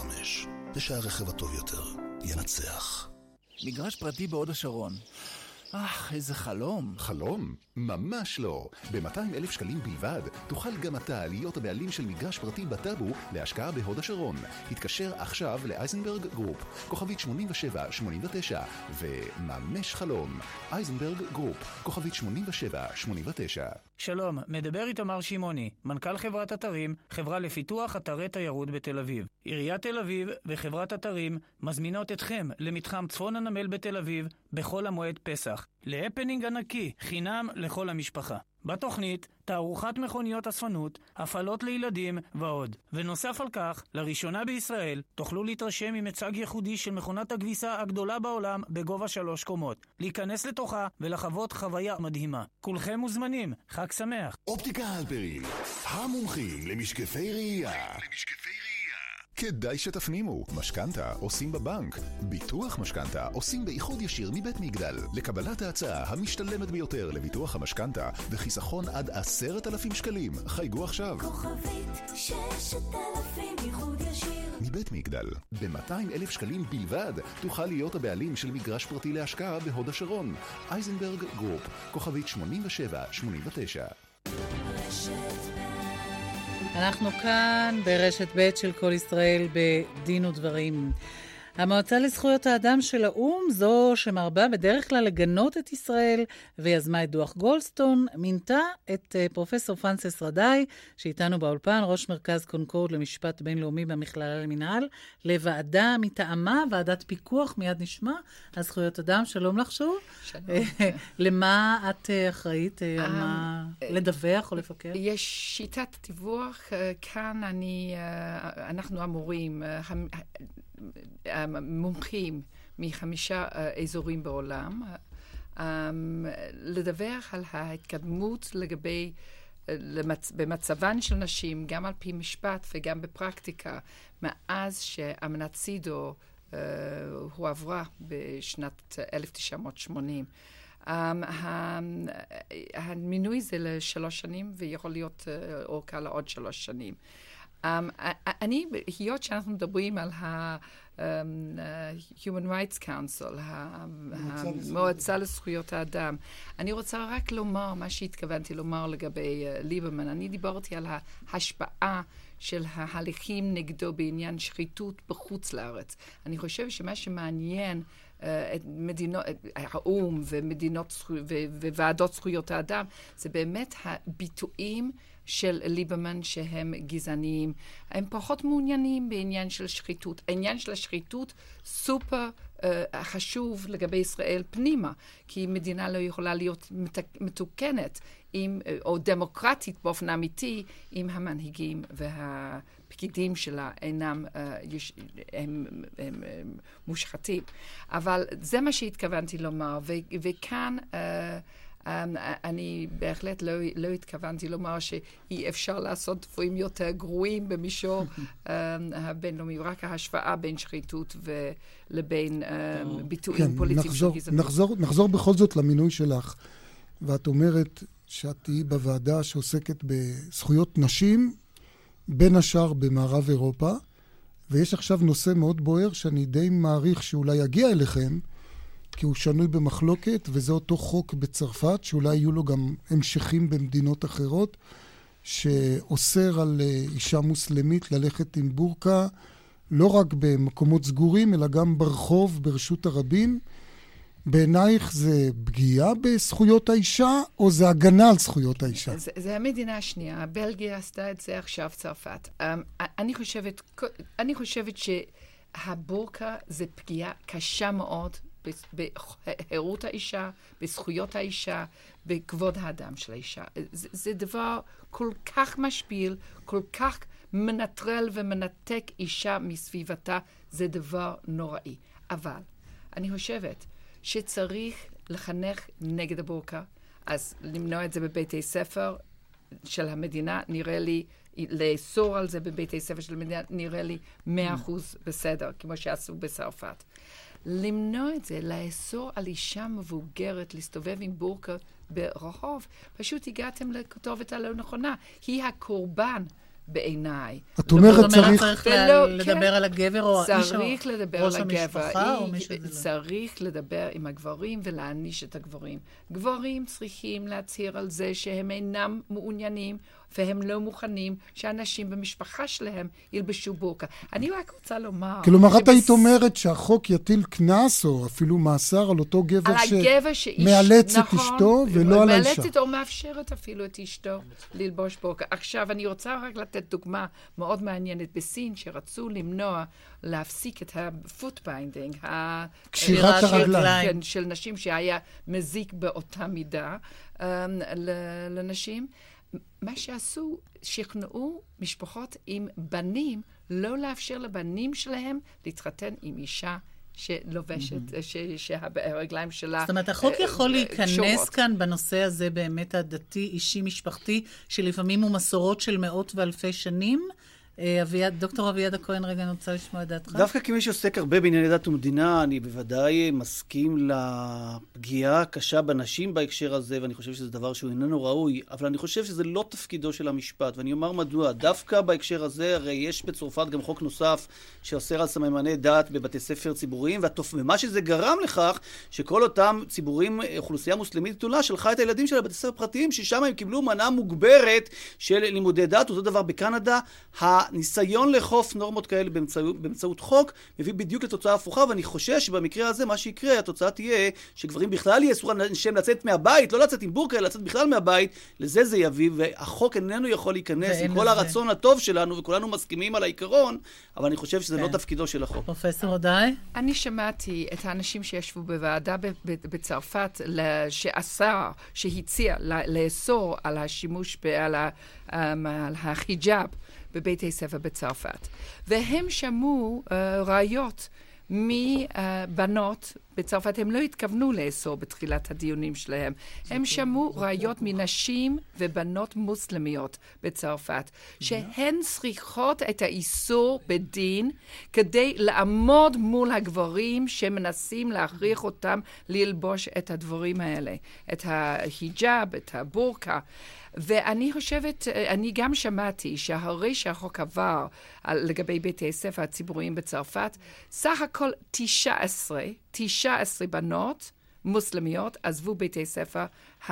3505, ושהרכב הטוב יותר ינצח. מגרש פרטי בהוד השרון. איזה חלום. חלום? ממש לא. ב-200,000 שקלים בלבד תוכל גם אתה להיות הבעלים של מגרש פרטי בטאבו להשקעה בהוד השרון. התקשר עכשיו לאייזנברג גרופ, כוכבית 8789, וממש חלום. אייזנברג גרופ, כוכבית 8789. שלום, מדבר איתמר שמעוני, מנכ"ל חברת אתרים, חברה לפיתוח אתרי תיירות בתל אביב. עיריית תל אביב וחברת אתרים מזמינות אתכם למתחם צפון הנמל בתל אביב בכל המועד פסח, להפנינג ענקי, חינם לכל המשפחה. בתוכנית, תערוכת מכוניות אספנות, הפעלות לילדים ועוד. ונוסף על כך, לראשונה בישראל, תוכלו להתרשם ממצג ייחודי של מכונת הכביסה הגדולה בעולם בגובה 3 קומות. להיכנס לתוכה ולחוות חוויה מדהימה. כולכם מוזמנים, חג שמח. אופטיקה הלפרין, המומחים למשקפי ראייה. כדאי שתפנימו, משכנתה עושים בבנק, ביטוח משכנתה עושים באיחוד ישיר מבית מגדל. לקבלת ההצעה המשתלמת ביותר לביטוח המשכנתה וחיסכון עד 10,000 שקלים, חייגו עכשיו. כוכבית 6,000 איחוד ישיר. מבית מגדל, ב-200,000 שקלים בלבד תוכל להיות הבעלים של מגרש פרטי להשקעה בהוד השרון. אייזנברג גרופ, כוכבית 8789. אנחנו כאן ברשת ב' של כל ישראל בדין ודברים. המועצה לזכויות האדם של האום, זו שמרבה בדרך כלל לגנות את ישראל ויזמה את דוח גולדסטון, מינתה את פרופסור פרנסס רדאי, שאיתנו באולפן, ראש מרכז קונקורד למשפט בינלאומי במכללה למנהל, לוועדה מטעמה, ועדת פיקוח, מיד נשמע, על זכויות אדם. שלום לך שוב. שלום. למה את אחראית? על מה לדווח או לפקר? יש שיטת דיווח, כאן אנחנו אמורים, מומחים מ5 אזורים בעולם, לדווח על ההתקדמות לגבי במצבן של נשים, גם על פי משפט וגם בפרקטיקה, מאז שאמנת סידו הועברה בשנת 1980. המינוי זה ל3 שנים, ויכול להיות אורכה לעוד 3 שנים. היות שאנחנו מדברים על Human Rights Council, המועצה לזכויות האדם, אני רוצה רק לומר מה שהתכוונתי לומר לגבי ליברמן. אני דיברתי על ההשפעה של ההליכים נגדו בעניין שחיתות בחוץ לארץ. אני חושב שמה שמעניין את מדינות, האום ומדינות וועדות זכויות האדם, זה באמת הביטויים של ליברמן שהם גזעניים. הם פחות מעוניינים בעניין של שחיתות. העניין של השחיתות סופר חשוב לגבי ישראל פנימה, כי מדינה לא יכולה להיות מתוקנת או דמוקרטית באופן אמיתי, אם המנהיגים והפקידים שלה אינם הם מושחתים. אבל זה מה שהתכוונתי לומר, וכאן אני בהחלט לא התכוונתי לומר שאי אפשר לעשות דברים יותר גרועים במישור הבינלאומי, רק ההשוואה בין שחיתות לבין ביטויים פוליטיים של גזענות. נחזור בכל זאת למינוי שלך, ואת אומרת שאת תהיי בוועדה שעוסקת בזכויות נשים, בין השאר במערב אירופה, ויש עכשיו נושא מאוד בוער שאני די מעריך שאולי יגיע אליכם, כי הוא שנוי במחלוקת, וזה אותו חוק בצרפת, שאולי יהיו לו גם המשכים במדינות אחרות, שאוסר על אישה מוסלמית ללכת עם בורקה, לא רק במקומות סגורים, אלא גם ברחוב, ברשות הרבים. בעינייך זה פגיעה בזכויות האישה, או זה הגנה על זכויות האישה? זה המדינה השנייה. בלגיה עשתה את זה, עכשיו צרפת. אני חושבת שהבורקה זה פגיעה קשה מאוד, בחירות האישה, בזכויות האישה, בכבוד האדם של האישה. זה דבר כל כך משפיל, כל כך מנטרל ומנתק אישה מסביבתה, זה דבר נוראי. אבל אני חושבת שצריך לחנך נגד הבורקה, אז למנוע את זה בביתי ספר של המדינה, נראה לי, לאסור על זה בביתי ספר של המדינה, נראה לי 100% בסדר, כמו שעשו בצרפת. למנוע את זה, לאסור על אישה מבוגרת להסתובב עם בורקה ברחוב, פשוט הגעתם לכתובת הלא נכונה. היא הקורבן בעיניי. את אומרת צריך לדבר על הגבר או האיש או ראש המשפחה או מי שזה לא. צריך לדבר עם הגברים ולהעניש את הגברים. גברים צריכים להצהיר על זה שהם אינם מעוניינים והם לא מוכנים שאנשים במשפחה שלהם ילבשו בורקה. אני רק רוצה לומר... כלומר, את היית אומרת שהחוק יטיל קנס או אפילו מאסר על אותו גבר שמאלץ את אשתו ולא על האישה. מאלצת או מאפשרת אפילו את אשתו ללבוש בורקה. עכשיו, אני רוצה רק לתת דוגמה מאוד מעניינת בסין, שרצו למנוע, להפסיק את ה-foot binding, קשירת הרגליים של נשים שהיה מזיק באותה מידה לנשים. מה שעשו, שכנעו משפחות עם בנים, לא לאפשר לבנים שלהם להתחתן עם אישה שלובשת, שהרגליים שלה זאת אומרת, החוק יכול להיכנס כאן בנושא הזה באמת הדתי, אישי, משפחתי, שלפעמים הוא מסורות של מאות ואלפי שנים. דוקטור אביעד הכהן, רגע, אני רוצה לשמוע את דעתך. דווקא כמי שעוסק הרבה בענייני דת ומדינה, אני בוודאי מסכים לפגיעה הקשה בנשים בהקשר הזה, ואני חושב שזה דבר שהוא איננו ראוי, אבל אני חושב שזה לא תפקידו של המשפט, ואני אומר מדוע. דווקא בהקשר הזה, הרי יש בצרפת גם חוק נוסף שאוסר על סממני דת בבתי ספר ציבוריים, ומה שזה גרם לכך, שכל אותם ציבורים, אוכלוסייה מוסלמית גדולה, שלחה את הילדים שלה לבתי ספר פרטיים, ששם הם קיבלו מנה מוגברת של לימודי דת. אותו דבר בקנדה, הניסיון לחוף נורמות כאלה באמצעות חוק מביא בדיוק לתוצאה הפוכה, ואני חושש שבמקרה הזה מה שיקרה, התוצאה תהיה שגברים בכלל יהיה אסור להם לצאת מהבית, לא לצאת עם בורקה, אלא לצאת בכלל מהבית, לזה זה יביא, והחוק איננו יכול להיכנס עם כל הרצון הטוב שלנו, וכולנו מסכימים על העיקרון, אבל אני חושב שזה לא תפקידו של החוק. פרופסור עודאי? אני שמעתי את האנשים שישבו בוועדה בצרפת, שהציע לאסור על השימוש, על החיג'אב, בביתי ספר בצרפת. והם שמעו ראיות מבנות בצרפת. הם לא התכוונו לאסור בתחילת הדיונים שלהם. הם שמעו ראיות מנשים ובנות מוסלמיות בצרפת, שהן צריכות את האיסור בדין כדי לעמוד מול הגברים שמנסים להכריח אותם ללבוש את הדברים האלה. את ההיג'אב, את הבורקה. ואני חושבת, אני גם שמעתי שהרי שהחוק עבר לגבי בתי ספר הציבוריים בצרפת, סך הכל 19 בנות מוסלמיות עזבו בתי ספר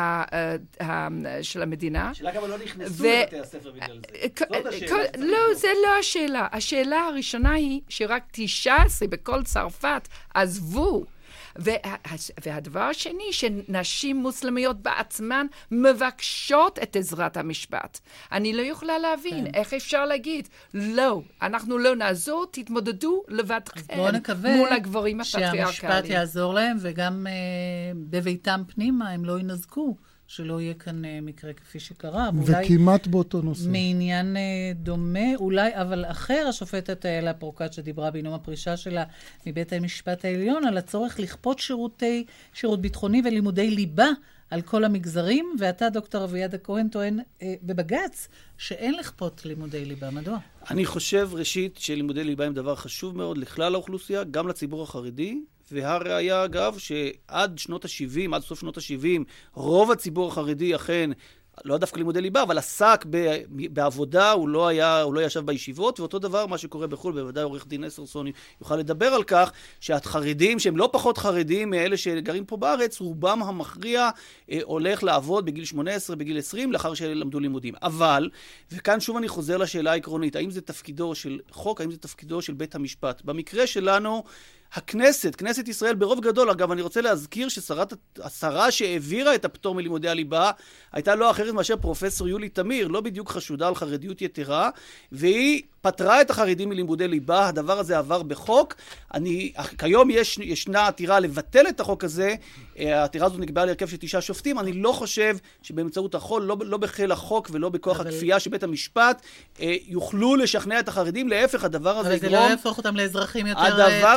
של המדינה. שאלה כמה לא נכנסו לבתי הספר בגלל זה. לא, זה לא השאלה. השאלה הראשונה היא שרק 19 בכל צרפת עזבו. והדבר השני, שנשים מוסלמיות בעצמן מבקשות את עזרת המשפט. אני לא יכולה להבין איך אפשר להגיד, לא, אנחנו לא נעזור, תתמודדו לבדכם מול הגברים הפטריארכליים. שהמשפט יעזור להם, וגם בביתם פנימה הם לא ינזקו. שלא יהיה כאן מקרה כפי שקרה. וכמעט באותו נושא. מעניין דומה, אולי, אבל אחר, השופטת איילה פרוקצ'יה שדיברה בנאום הפרישה שלה מבית המשפט העליון, על הצורך לכפות שירות ביטחוני ולימודי ליבה על כל המגזרים, ואתה, דוקטור אביעד הכהן, טוען בבג"ץ שאין לכפות לימודי ליבה. מדוע? אני חושב, ראשית, שלימודי ליבה הם דבר חשוב מאוד לכלל האוכלוסייה, גם לציבור החרדי, והראיה, אגב, שעד שנות ה-70, עד סוף שנות ה-70, רוב הציבור החרדי אכן, לא דווקא לימודי ליבה, אבל עסק בעבודה, הוא לא ישב בישיבות, ואותו דבר מה שקורה בחו"ל, בוודאי עורך דין אסרסון יוכל לדבר על כך, שהחרדים, שהם לא פחות חרדים מאלה שגרים פה בארץ, רובם המכריע הולך לעבוד בגיל 18, בגיל 20, לאחר שלמדו לימודים. אבל, וכאן שוב אני חוזר לשאלה העקרונית, האם זה תפקידו של חוק, האם זה תפקידו של בית המשפט? במקרה שלנו, כנסת ישראל ברוב גדול, אגב, אני רוצה להזכיר שהשרה שהעבירה את הפטור מלימודי הליבה, הייתה לא אחרת מאשר פרופסור יולי תמיר, לא בדיוק חשודה על חרדיות יתרה, והיא פטרה את החרדים מלימודי ליבה, הדבר הזה עבר בחוק. כיום ישנה עתירה לבטל את החוק הזה, העתירה הזאת נקבעה להרכב של 9 שופטים, אני לא חושב שבאמצעות החוק, לא בחיל החוק ולא בכוח הכפייה שבית המשפט, יוכלו לשכנע את החרדים, להפך הדבר הזה אבל זה לא יהפוך אותם לאזרחים יותר תורמים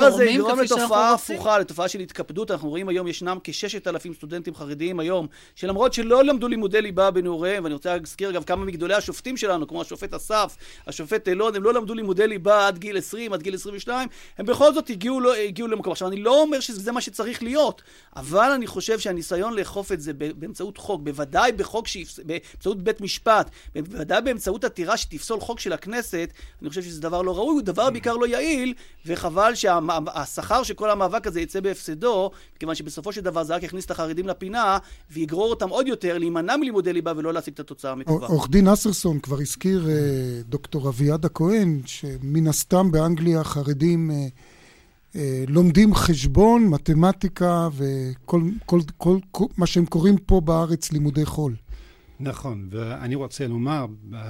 לגרום לתופעה הפוכה, לתופעה של התקפדות. אנחנו רואים היום ישנם כ-6,000 סטודנטים חרדיים היום, שלמרות שלא למדו לימודי ליבה בנעוריהם, ואני רוצה להזכיר אגב כמה מגדולי השופטים שלנו, כמו השופט אסף, השופט אלון, הם לא למדו לימודי ליבה עד גיל 20, עד גיל 22, הם בכל זאת הגיעו למקום. עכשיו, אני לא אומר שזה מה שצריך להיות, אבל אני חושב שהניסיון לאכוף את זה באמצעות חוק, בוודאי באמצעות בית משפט, בוודאי באמצעות עתירה שתפסול חוק של הכנסת, אני חושב שזה דבר לא ראוי, הוא דבר בעיקר לא יעיל, וחבל שהשכר של כל המאבק הזה יצא בהפסדו, כיוון שבסופו של דבר זה רק יכניס את החרדים לפינה, ויגרור אותם עוד יותר להימנע מלימודי ליבה ולא להשיג את התוצאה המקווה. עורך דין אסרסון כבר הזכיר דוקטור אביעד הכהן, שמן הסתם באנגליה החרדים לומדים חשבון, מתמטיקה וכל מה שהם קוראים פה בארץ לימודי חול. נכון, ואני רוצה לומר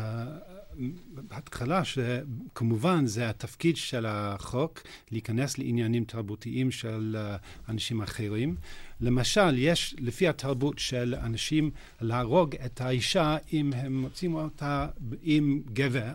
בהתחלה שכמובן זה התפקיד של החוק להיכנס לעניינים תרבותיים של אנשים אחרים. למשל, יש לפי התרבות של אנשים להרוג את האישה אם הם מוצאים אותה עם גבר.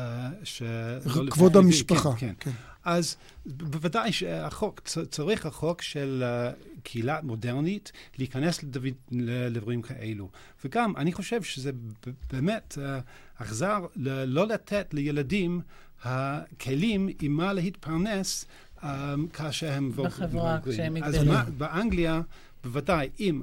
כבוד המשפחה. כן, כן. אז בוודאי שהחוק, צריך החוק של קהילה מודרנית להיכנס לדברים כאלו. וגם אני חושב שזה באמת אכזר לא לתת לילדים הכלים עם מה להתפרנס כאשר הם בחברה, כשהם אז מגדלים. באנגליה בוודאי אם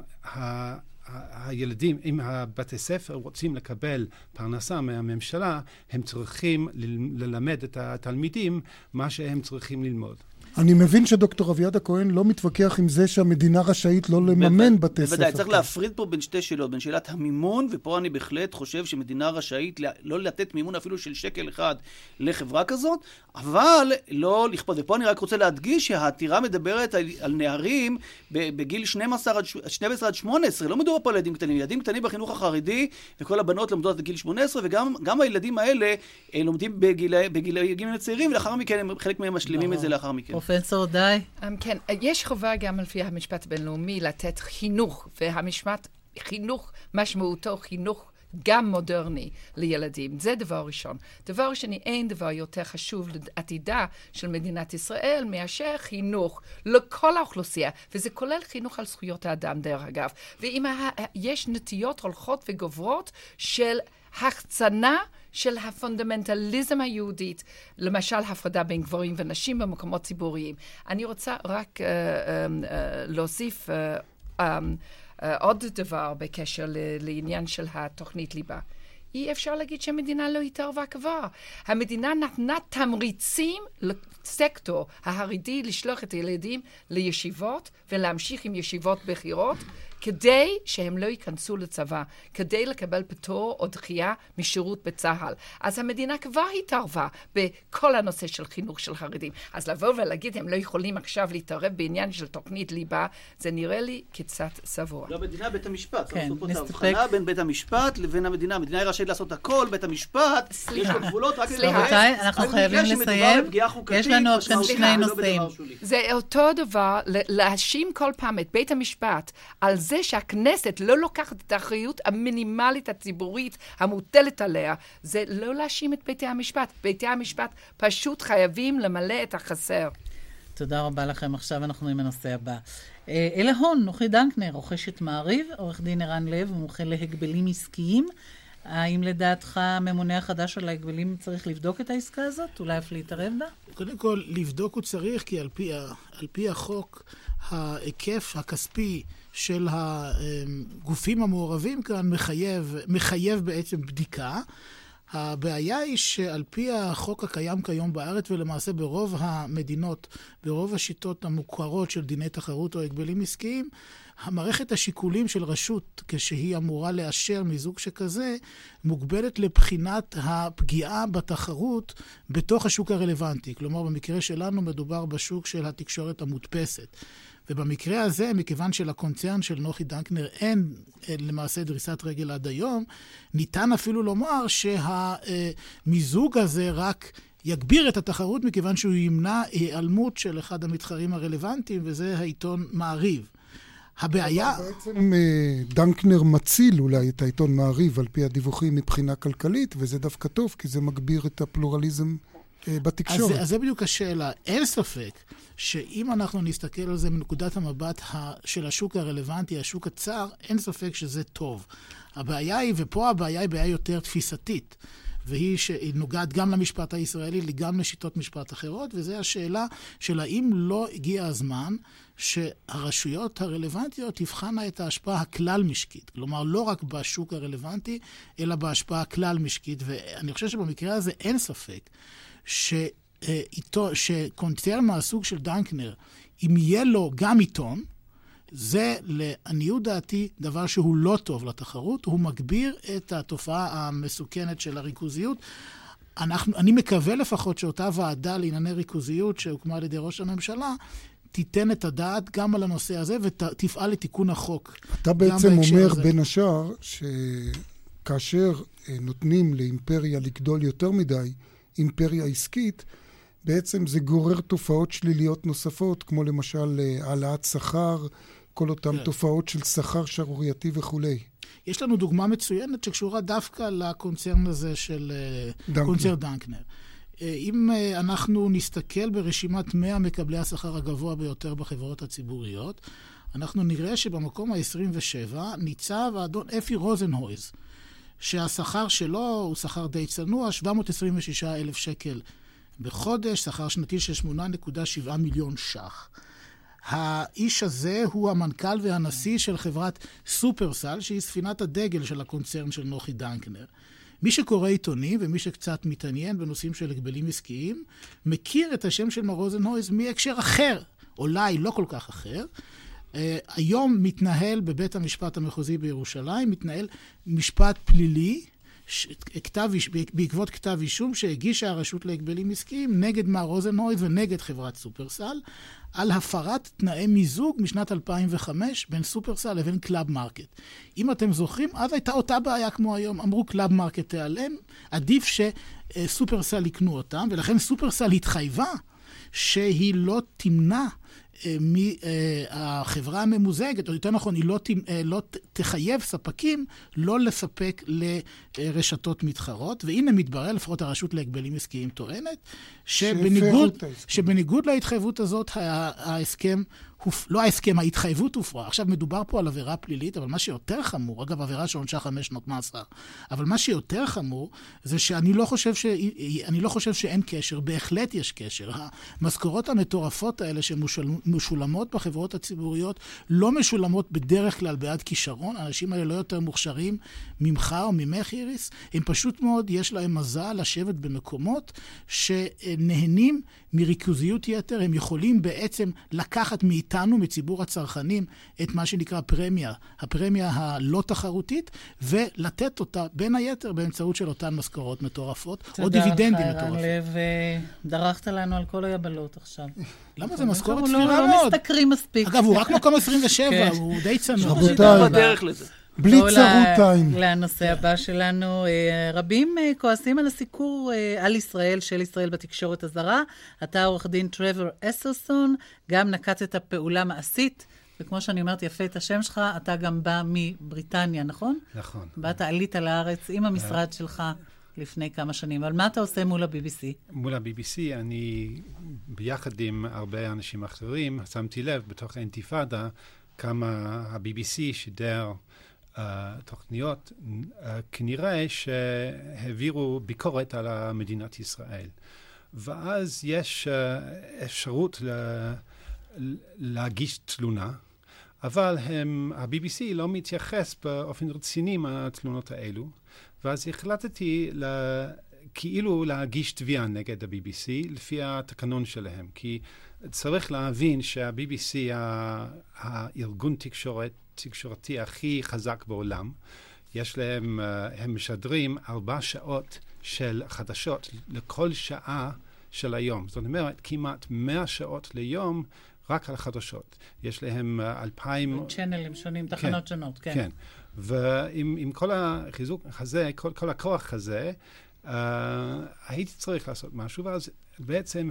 הילדים, אם הבתי ספר רוצים לקבל פרנסה מהממשלה, הם צריכים ללמד את התלמידים מה שהם צריכים ללמוד. אני מבין שדוקטור אביעד הכהן לא מתווכח עם זה שהמדינה רשאית לא לממן בתי ספר. בוודאי, צריך להפריד פה בין שתי שאלות, בין שאלת המימון, ופה אני בהחלט חושב שמדינה רשאית לא לתת מימון אפילו של שקל אחד לחברה כזאת, אבל לא לכפות. ופה אני רק רוצה להדגיש שהעתירה מדברת על נערים בגיל 12 עד 18, לא מדובר פה על ילדים קטנים. ילדים קטנים בחינוך החרדי, וכל הבנות לומדות בגיל 18, וגם הילדים האלה לומדים בגילים צעירים, ולאחר מכן חלק מהם משלימים את זה לאחר מכן. פרופסור די. כן, יש חובה גם לפי המשפט הבינלאומי לתת חינוך, והמשפט חינוך משמעותו חינוך גם מודרני לילדים. זה דבר ראשון. דבר שני, אין דבר יותר חשוב לעתידה של מדינת ישראל מאשר חינוך לכל האוכלוסייה, וזה כולל חינוך על זכויות האדם דרך אגב. ואם יש נטיות הולכות וגוברות של החצנה של הפונדמנטליזם היהודית, למשל הפרדה בין גברים ונשים במקומות ציבוריים. אני רוצה רק להוסיף עוד דבר בקשר לעניין של התוכנית ליבה. אי אפשר להגיד שהמדינה לא התערבה כבר. המדינה נתנה תמריצים לסקטור החרדי לשלוח את הילדים לישיבות ולהמשיך עם ישיבות בחירות, כדי שהם לא ייכנסו לצבא, כדי לקבל פטור או דחייה משירות בצה"ל. אז המדינה כבר התערבה בכל הנושא של חינוך של חרדים. אז לבוא ולהגיד, הם לא יכולים עכשיו להתערב בעניין של תוכנית ליבה, זה נראה לי קצת סבוע. לא, מדינה, בית המשפט. כן, נסתפק. הבחנה בין בית המשפט לבין המדינה. המדינה היא רשאית לעשות הכל, בית המשפט, יש לו גבולות, רק רבותיי, אנחנו חייבים לסיים. יש לנו עוד כאן שני נושאים. זה אותו דבר, להאשים כל פעם את בית המשפט על זה שהכנסת לא לוקחת את האחריות המינימלית הציבורית המוטלת עליה, זה לא להאשים את ביתי המשפט. ביתי המשפט פשוט חייבים למלא את החסר. תודה רבה לכם. עכשיו אנחנו עם הנושא הבא. אלה הון, נוחי דנקנר, רוכשת מעריב, עורך דין ערן לב, מומחה להגבלים עסקיים. האם לדעתך הממונה החדש על ההגבלים צריך לבדוק את העסקה הזאת? אולי אף להתערב בה? קודם כל, לבדוק הוא צריך, כי על פי החוק, ההיקף הכספי של הגופים המעורבים כאן מחייב בעצם בדיקה. הבעיה היא שעל פי החוק הקיים כיום בארץ, ולמעשה ברוב המדינות, ברוב השיטות המוכרות של דיני תחרות או הגבלים עסקיים, המערכת השיקולים של רשות, כשהיא אמורה לאשר מיזוג שכזה, מוגבלת לבחינת הפגיעה בתחרות בתוך השוק הרלוונטי. כלומר, במקרה שלנו מדובר בשוק של התקשורת המודפסת. ובמקרה הזה, מכיוון שלקונצרן של נוחי דנקנר אין למעשה דריסת רגל עד היום, ניתן אפילו לומר שהמיזוג הזה רק יגביר את התחרות, מכיוון שהוא ימנע היעלמות של אחד המתחרים הרלוונטיים, וזה העיתון מעריב. הבעיה... בעצם דנקנר מציל אולי את העיתון מעריב על פי הדיווחים מבחינה כלכלית, וזה דווקא טוב, כי זה מגביר את הפלורליזם בתקשורת. אז זה בדיוק השאלה. אין ספק שאם אנחנו נסתכל על זה מנקודת המבט של השוק הרלוונטי, השוק הצר, אין ספק שזה טוב. הבעיה היא, ופה הבעיה היא בעיה יותר תפיסתית, והיא שנוגעת גם למשפט הישראלי, גם לשיטות משפט אחרות, וזו השאלה של האם לא הגיע הזמן שהרשויות הרלוונטיות תבחנה את ההשפעה הכלל משקית. כלומר, לא רק בשוק הרלוונטי, אלא בהשפעה הכלל משקית. ואני חושב שבמקרה הזה אין ספק שקונצרן מהסוג של דנקנר, אם יהיה לו גם עיתון, זה לעניות דעתי דבר שהוא לא טוב לתחרות, הוא מגביר את התופעה המסוכנת של הריכוזיות. אני מקווה לפחות שאותה ועדה לענייני ריכוזיות שהוקמה על ידי ראש הממשלה, תיתן את הדעת גם על הנושא הזה ותפעל לתיקון החוק. אתה בעצם אומר בין השאר שכאשר נותנים לאימפריה לגדול יותר מדי, אימפריה עסקית, בעצם זה גורר תופעות שליליות נוספות, כמו למשל העלאת שכר, כל אותם תופעות של שכר שערורייתי וכו'. יש לנו דוגמה מצוינת שקשורה דווקא לקונצרן הזה של קונצרן דנקנר. אם אנחנו נסתכל ברשימת 100 מקבלי השכר הגבוה ביותר בחברות הציבוריות, אנחנו נראה שבמקום ה-27 ניצב האדון אפי רוזנהויז, שהשכר שלו הוא שכר די צנוע, 726,000 שקל בחודש, שכר שנתי של 8.7 מיליון ש"ח. האיש הזה הוא המנכ"ל והנשיא של חברת סופרסל, שהיא ספינת הדגל של הקונצרן של נוחי דנקנר. מי שקורא עיתונים ומי שקצת מתעניין בנושאים של הגבלים עסקיים, מכיר את השם של מר רוזנהויז מהקשר אחר, אולי לא כל כך אחר. היום מתנהל בבית המשפט המחוזי בירושלים, מתנהל משפט פלילי, בעקבות כתב אישום שהגישה הרשות להגבלים עסקיים נגד מר רוזנהויז ונגד חברת סופרסל, על הפרת תנאי מיזוג משנת 2005 בין סופרסל לבין קלאב מרקט. אם אתם זוכרים, אז הייתה אותה בעיה כמו היום. אמרו קלאב מרקט תיעלם, עדיף שסופרסל יקנו אותם, ולכן סופרסל התחייבה שהיא לא תמנע מהחברה הממוזגת, או יותר נכון, היא לא תחייב ספקים לא לספק לרשתות מתחרות, והנה מתברר, לפחות הרשות להגבלים עסקיים טוענת, שבניגוד להתחייבות הזאת, ההתחייבות הופרה. עכשיו מדובר פה על עבירה פלילית, אבל מה שיותר חמור, אגב, עבירה שעונשה 5 שנות מאסר, אבל מה שיותר חמור, זה שאני לא חושב שאין קשר, בהחלט יש קשר. המשכורות המטורפות האלה שמשולמות בחברות הציבוריות, לא משולמות בדרך כלל בעד כישרון, האנשים האלה לא יותר מוכשרים ממך או ממך איריס, הם פשוט מאוד, יש להם מזל לשבת במקומות שנהנים מריכוזיות יתר, הם יכולים בעצם לקחת מאיתנו, מציבור הצרכנים, את מה שנקרא פרמיה, הפרמיה הלא תחרותית, ולתת אותה בין היתר באמצעות של אותן משכורות מטורפות, או דיבידנדים מטורפים. תודה לך, ערן לב, דרכת לנו על כל היבלות עכשיו. למה זה משכורת סבירה מאוד? לא מסתכרים מספיק. אגב, הוא רק מקום 27, הוא די צנוע. רבותיי, בלי צרותיים. לנושא הבא שלנו, רבים כועסים על הסיקור על ישראל, של ישראל בתקשורת הזרה. אתה עורך דין טרוור אסרסון, גם נקטת פעולה מעשית, וכמו שאני אומרת יפה את השם שלך, אתה גם בא מבריטניה, נכון? נכון. באת עלית לארץ עם המשרד שלך לפני כמה שנים. אבל מה אתה עושה מול ה-BBC? מול ה-BBC אני, ביחד עם הרבה אנשים אחרים, שמתי לב בתוך האינתיפאדה, כמה ה-BBC שידר תוכניות, כנראה שהעבירו ביקורת על מדינת ישראל. ואז יש אפשרות להגיש תלונה, אבל ה-BBC לא מתייחס באופן רציני מהתלונות האלו, ואז החלטתי כאילו להגיש תביעה נגד ה-BBC לפי התקנון שלהם, כי צריך להבין שה-BBC הארגון תקשורתי הכי חזק בעולם. יש להם, הם משדרים 4 שעות של חדשות לכל שעה של היום. זאת אומרת, כמעט 100 שעות ליום רק על חדשות. יש להם 2,000... צ'אנלים שונים, תחנות שונות, כן. כן. ועם כל החיזוק הזה, כל הכוח הזה, הייתי צריך לעשות משהו, ואז בעצם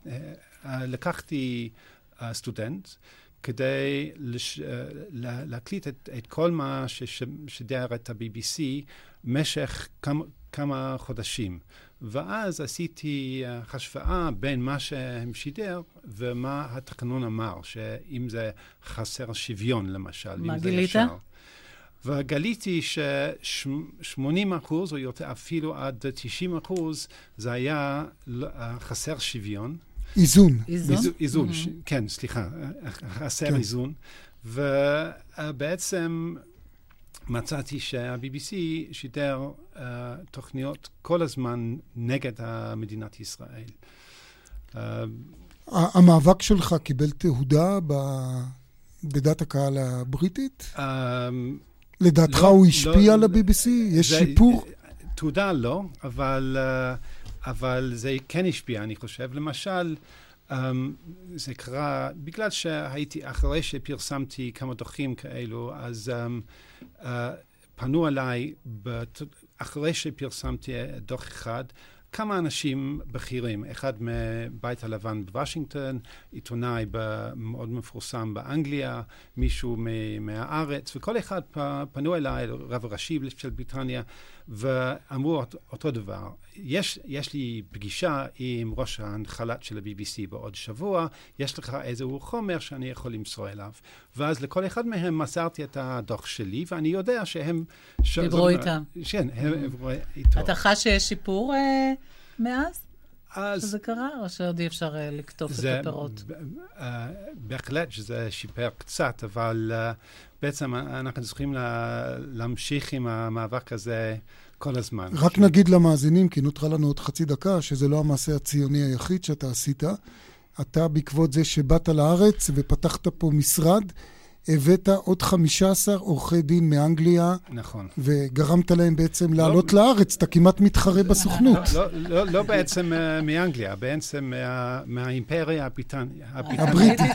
לקחתי סטודנט, כדי להקליט את כל מה ששידר את ה-BBC משך כמה חודשים. ואז עשיתי השוואה בין מה שהם שידר ומה התקנון אמר, שאם זה חסר שוויון למשל. מה גילית? וגיליתי ש80% או יותר, אפילו עד 90%, זה היה חסר שוויון. איזון. איזון, כן, סליחה, חסר איזון. ובעצם מצאתי שה-BBC שידר תוכניות כל הזמן נגד מדינת ישראל. המאבק שלך קיבל תהודה בדעת הקהל הבריטית? לדעתך הוא השפיע על ה-BBC? יש שיפור? תהודה לא, אבל זה כן השפיע, אני חושב. למשל, זה קרה, בגלל שהייתי, אחרי שפרסמתי כמה דוחים כאלו, אז פנו עליי, אחרי שפרסמתי דוח אחד, כמה אנשים בכירים, אחד מבית הלבן בוושינגטון, עיתונאי מאוד מפורסם באנגליה, מישהו מהארץ, וכל אחד פנו אליי, רב הראשי של בריטניה, ואמרו אותו דבר. יש לי פגישה עם ראש ההנחלת של ה-BBC בעוד שבוע, יש לך איזשהו חומר שאני יכול למסור אליו. ואז לכל אחד מהם מסרתי את הדוח שלי, ואני יודע שהם... דיברו איתם. כן, הם דיברו איתו. אתה חש שיש שיפור מאז? שזה קרה, או שעוד אי אפשר לקטוף את הפירות? בהחלט שזה שיפר קצת, אבל בעצם אנחנו צריכים להמשיך עם המאבק הזה כל הזמן. רק נגיד למאזינים, כי נותרה לנו עוד חצי דקה, שזה לא המעשה הציוני היחיד שאתה עשית. אתה בעקבות זה שבאת לארץ ופתחת פה משרד, הבאת עוד 15 עורכי דין מאנגליה. נכון. וגרמת להם בעצם לעלות לארץ, אתה כמעט מתחרה בסוכנות. לא בעצם מאנגליה, בעצם מהאימפריה הבריטית.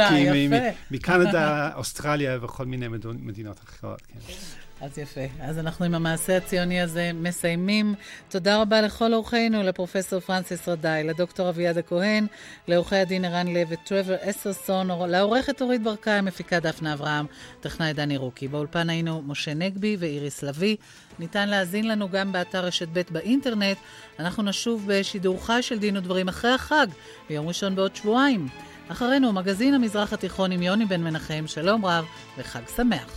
מקנדה, אוסטרליה וכל מיני מדינות אחרות. אז יפה. אז אנחנו עם המעשה הציוני הזה מסיימים. תודה רבה לכל אורחינו, לפרופסור פרנסיס רדאי, לדוקטור אביעד הכהן, לעורכי הדין ערן לב וטרוור אסרסון, לעורכת אורית ברקאי, מפיקה דפנה אברהם, טכנאי דני רוקי. באולפן היינו משה נגבי ואיריס לוי. ניתן להזין לנו גם באתר רשת ב' באינטרנט. אנחנו נשוב בשידור חי של דין ודברים אחרי החג, ביום ראשון בעוד שבועיים. אחרינו מגזין המזרח התיכון עם יוני בן מנחם. שלום רב וחג שמח.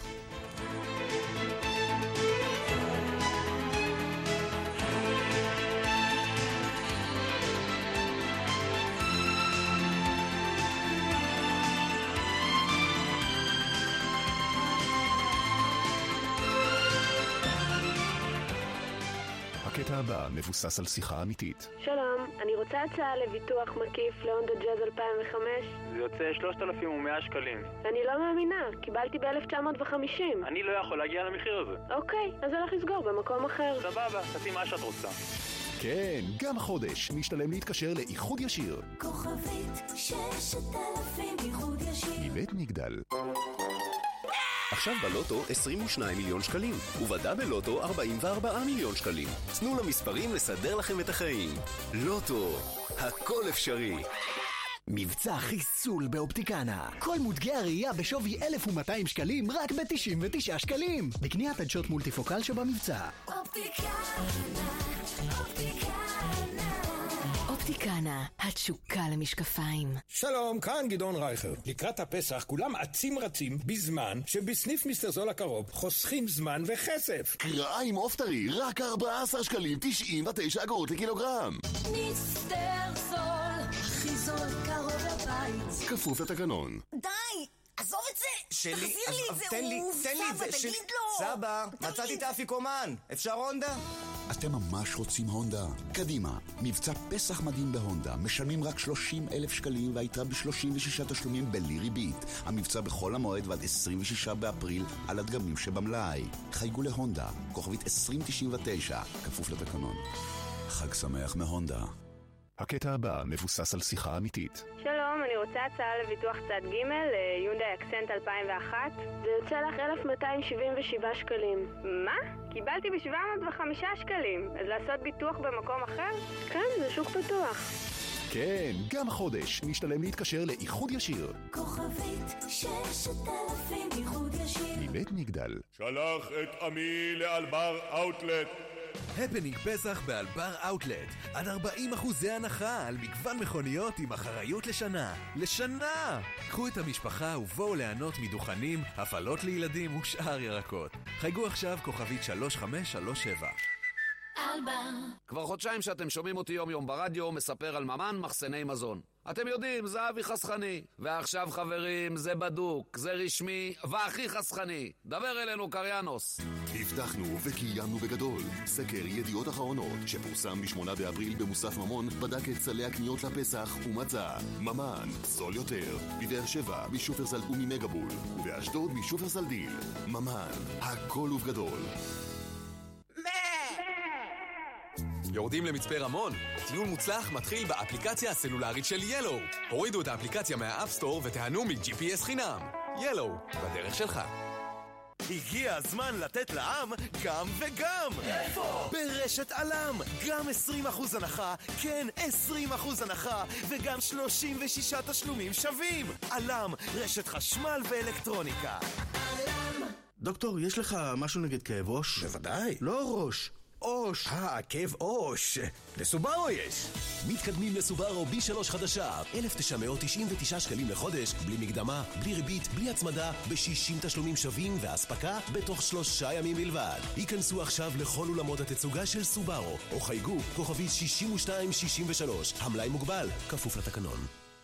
הקטע הבא מבוסס על שיחה אמיתית. שלום, אני רוצה הצעה לביטוח מקיף להונדה ג'אז 2005. זה יוצא 3,100 שקלים. אני לא מאמינה, קיבלתי ב-1950. אני לא יכול להגיע למחיר הזה. אוקיי, אז הולך לסגור במקום אחר. סבבה, תעשי מה שאת רוצה. כן, גם החודש משתלם להתקשר לאיחוד ישיר. כוכבית 6,000 איחוד ישיר. מבית מגדל. עכשיו בלוטו 22 מיליון שקלים, ובדאבל לוטו 44 מיליון שקלים. תנו למספרים לסדר לכם את החיים. לוטו, הכל אפשרי. מבצע חיסול באופטיקנה. כל מותגי הראייה בשווי 1,200 שקלים רק ב-99 שקלים. בקניית עדשות מולטיפוקל שבמבצע. אופטיקנה, אופטיקנה. אופטיקנה, התשוקה למשקפיים. שלום, כאן גדעון רייכל. לקראת הפסח כולם עצים רצים בזמן שבסניף מיסטר זול הקרוב חוסכים זמן וכסף. קראה עם עוף טרי, רק 14 שקלים 99 אגורות לקילוגרם. מיסטר זול, הכי זול קרוב לבית. כפוף לתקנון. די! עזוב את זה! שלי, תחזיר לי את זה, תן לי, סבא, תגיד לו! סבא, מצאתי את האפיקומן. אפשר הונדה? אתם ממש רוצים הונדה? קדימה, מבצע פסח מדהים בהונדה. משלמים רק 30,000 שקלים והיתרה ב-36 תשלומים בלי ריבית. המבצע בכל המועד ועד 26 באפריל על הדגמים שבמלאי. חייגו להונדה, כוכבית 2099, כפוף לתקנון. חג שמח מהונדה. הקטע הבא מבוסס על שיחה אמיתית. שלום, אני רוצה הצעה לביטוח צד ג' ליונדאי אקסנט 2001. זה יוצא לך 1,277 שקלים. מה? קיבלתי ב-705 שקלים. אז לעשות ביטוח במקום אחר? כן, זה שוק פתוח. כן, גם חודש משתלם להתקשר לאיחוד ישיר. כוכבית 6000 איחוד ישיר. מבית מגדל. שלח את עמי לאלבר אאוטלט. הפנינג פסח באלבר אאוטלט. עד 40% הנחה על מגוון מכוניות עם אחריות לשנה. לשנה! קחו את המשפחה ובואו ליהנות מדוכנים, הפעלות לילדים ושאר ירקות. חייגו עכשיו כוכבית 3537. כבר חודשיים שאתם שומעים אותי יום יום ברדיו מספר על ממן מחסני מזון. אתם יודעים, זה אבי חסכני. ועכשיו חברים, זה בדוק, זה רשמי והכי חסכני. דבר אלינו קריאנוס. הבטחנו וקיימנו בגדול. סקר ידיעות אחרונות שפורסם ב8 באפריל במוסף ממון בדק את סלי הקניות לפסח ומצא ממן זול יותר בבאר שבע משופרסל וממגבול ובאשדוד משופרסל דיל. ממן, הכל ובגדול. יורדים למצפה רמון? טיול מוצלח מתחיל באפליקציה הסלולרית של ילו. הורידו את האפליקציה מהאפסטור ותיהנו מ-GPS חינם. ילו, בדרך שלך. הגיע הזמן לתת לעם גם וגם. איפה? ברשת עלם. גם 20% הנחה, כן 20% הנחה, וגם 36 תשלומים שווים. עלם, רשת חשמל ואלקטרוניקה. עלם. דוקטור, יש לך משהו נגד כאב ראש? בוודאי. לא ראש. אוש. כאב אוש. לסובארו יש. מתקדמים לסובארו B3 חדשה. 1,999 שקלים לחודש, בלי מקדמה, בלי ריבית, בלי הצמדה, ב-60 תשלומים שווים והספקה בתוך 3 ימים בלבד. היכנסו עכשיו לכל אולמות התצוגה של סובארו, או חייגו כוכבית 6263. המלאי מוגבל, כפוף לתקנון.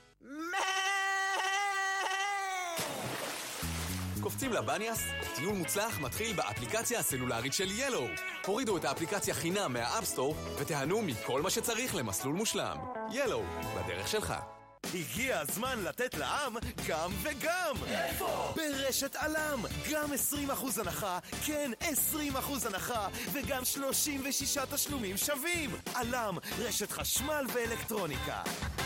קופצים לבניאס? טיול מוצלח מתחיל באפליקציה הסלולרית של ילו. הורידו את האפליקציה חינם מהאפסטור ותיהנו מכל מה שצריך למסלול מושלם. ילו, בדרך שלך. הגיע הזמן לתת לעם גם וגם. איפה? ברשת עלם. גם 20% הנחה, כן 20% הנחה, וגם 36 תשלומים שווים. עלם, רשת חשמל ואלקטרוניקה.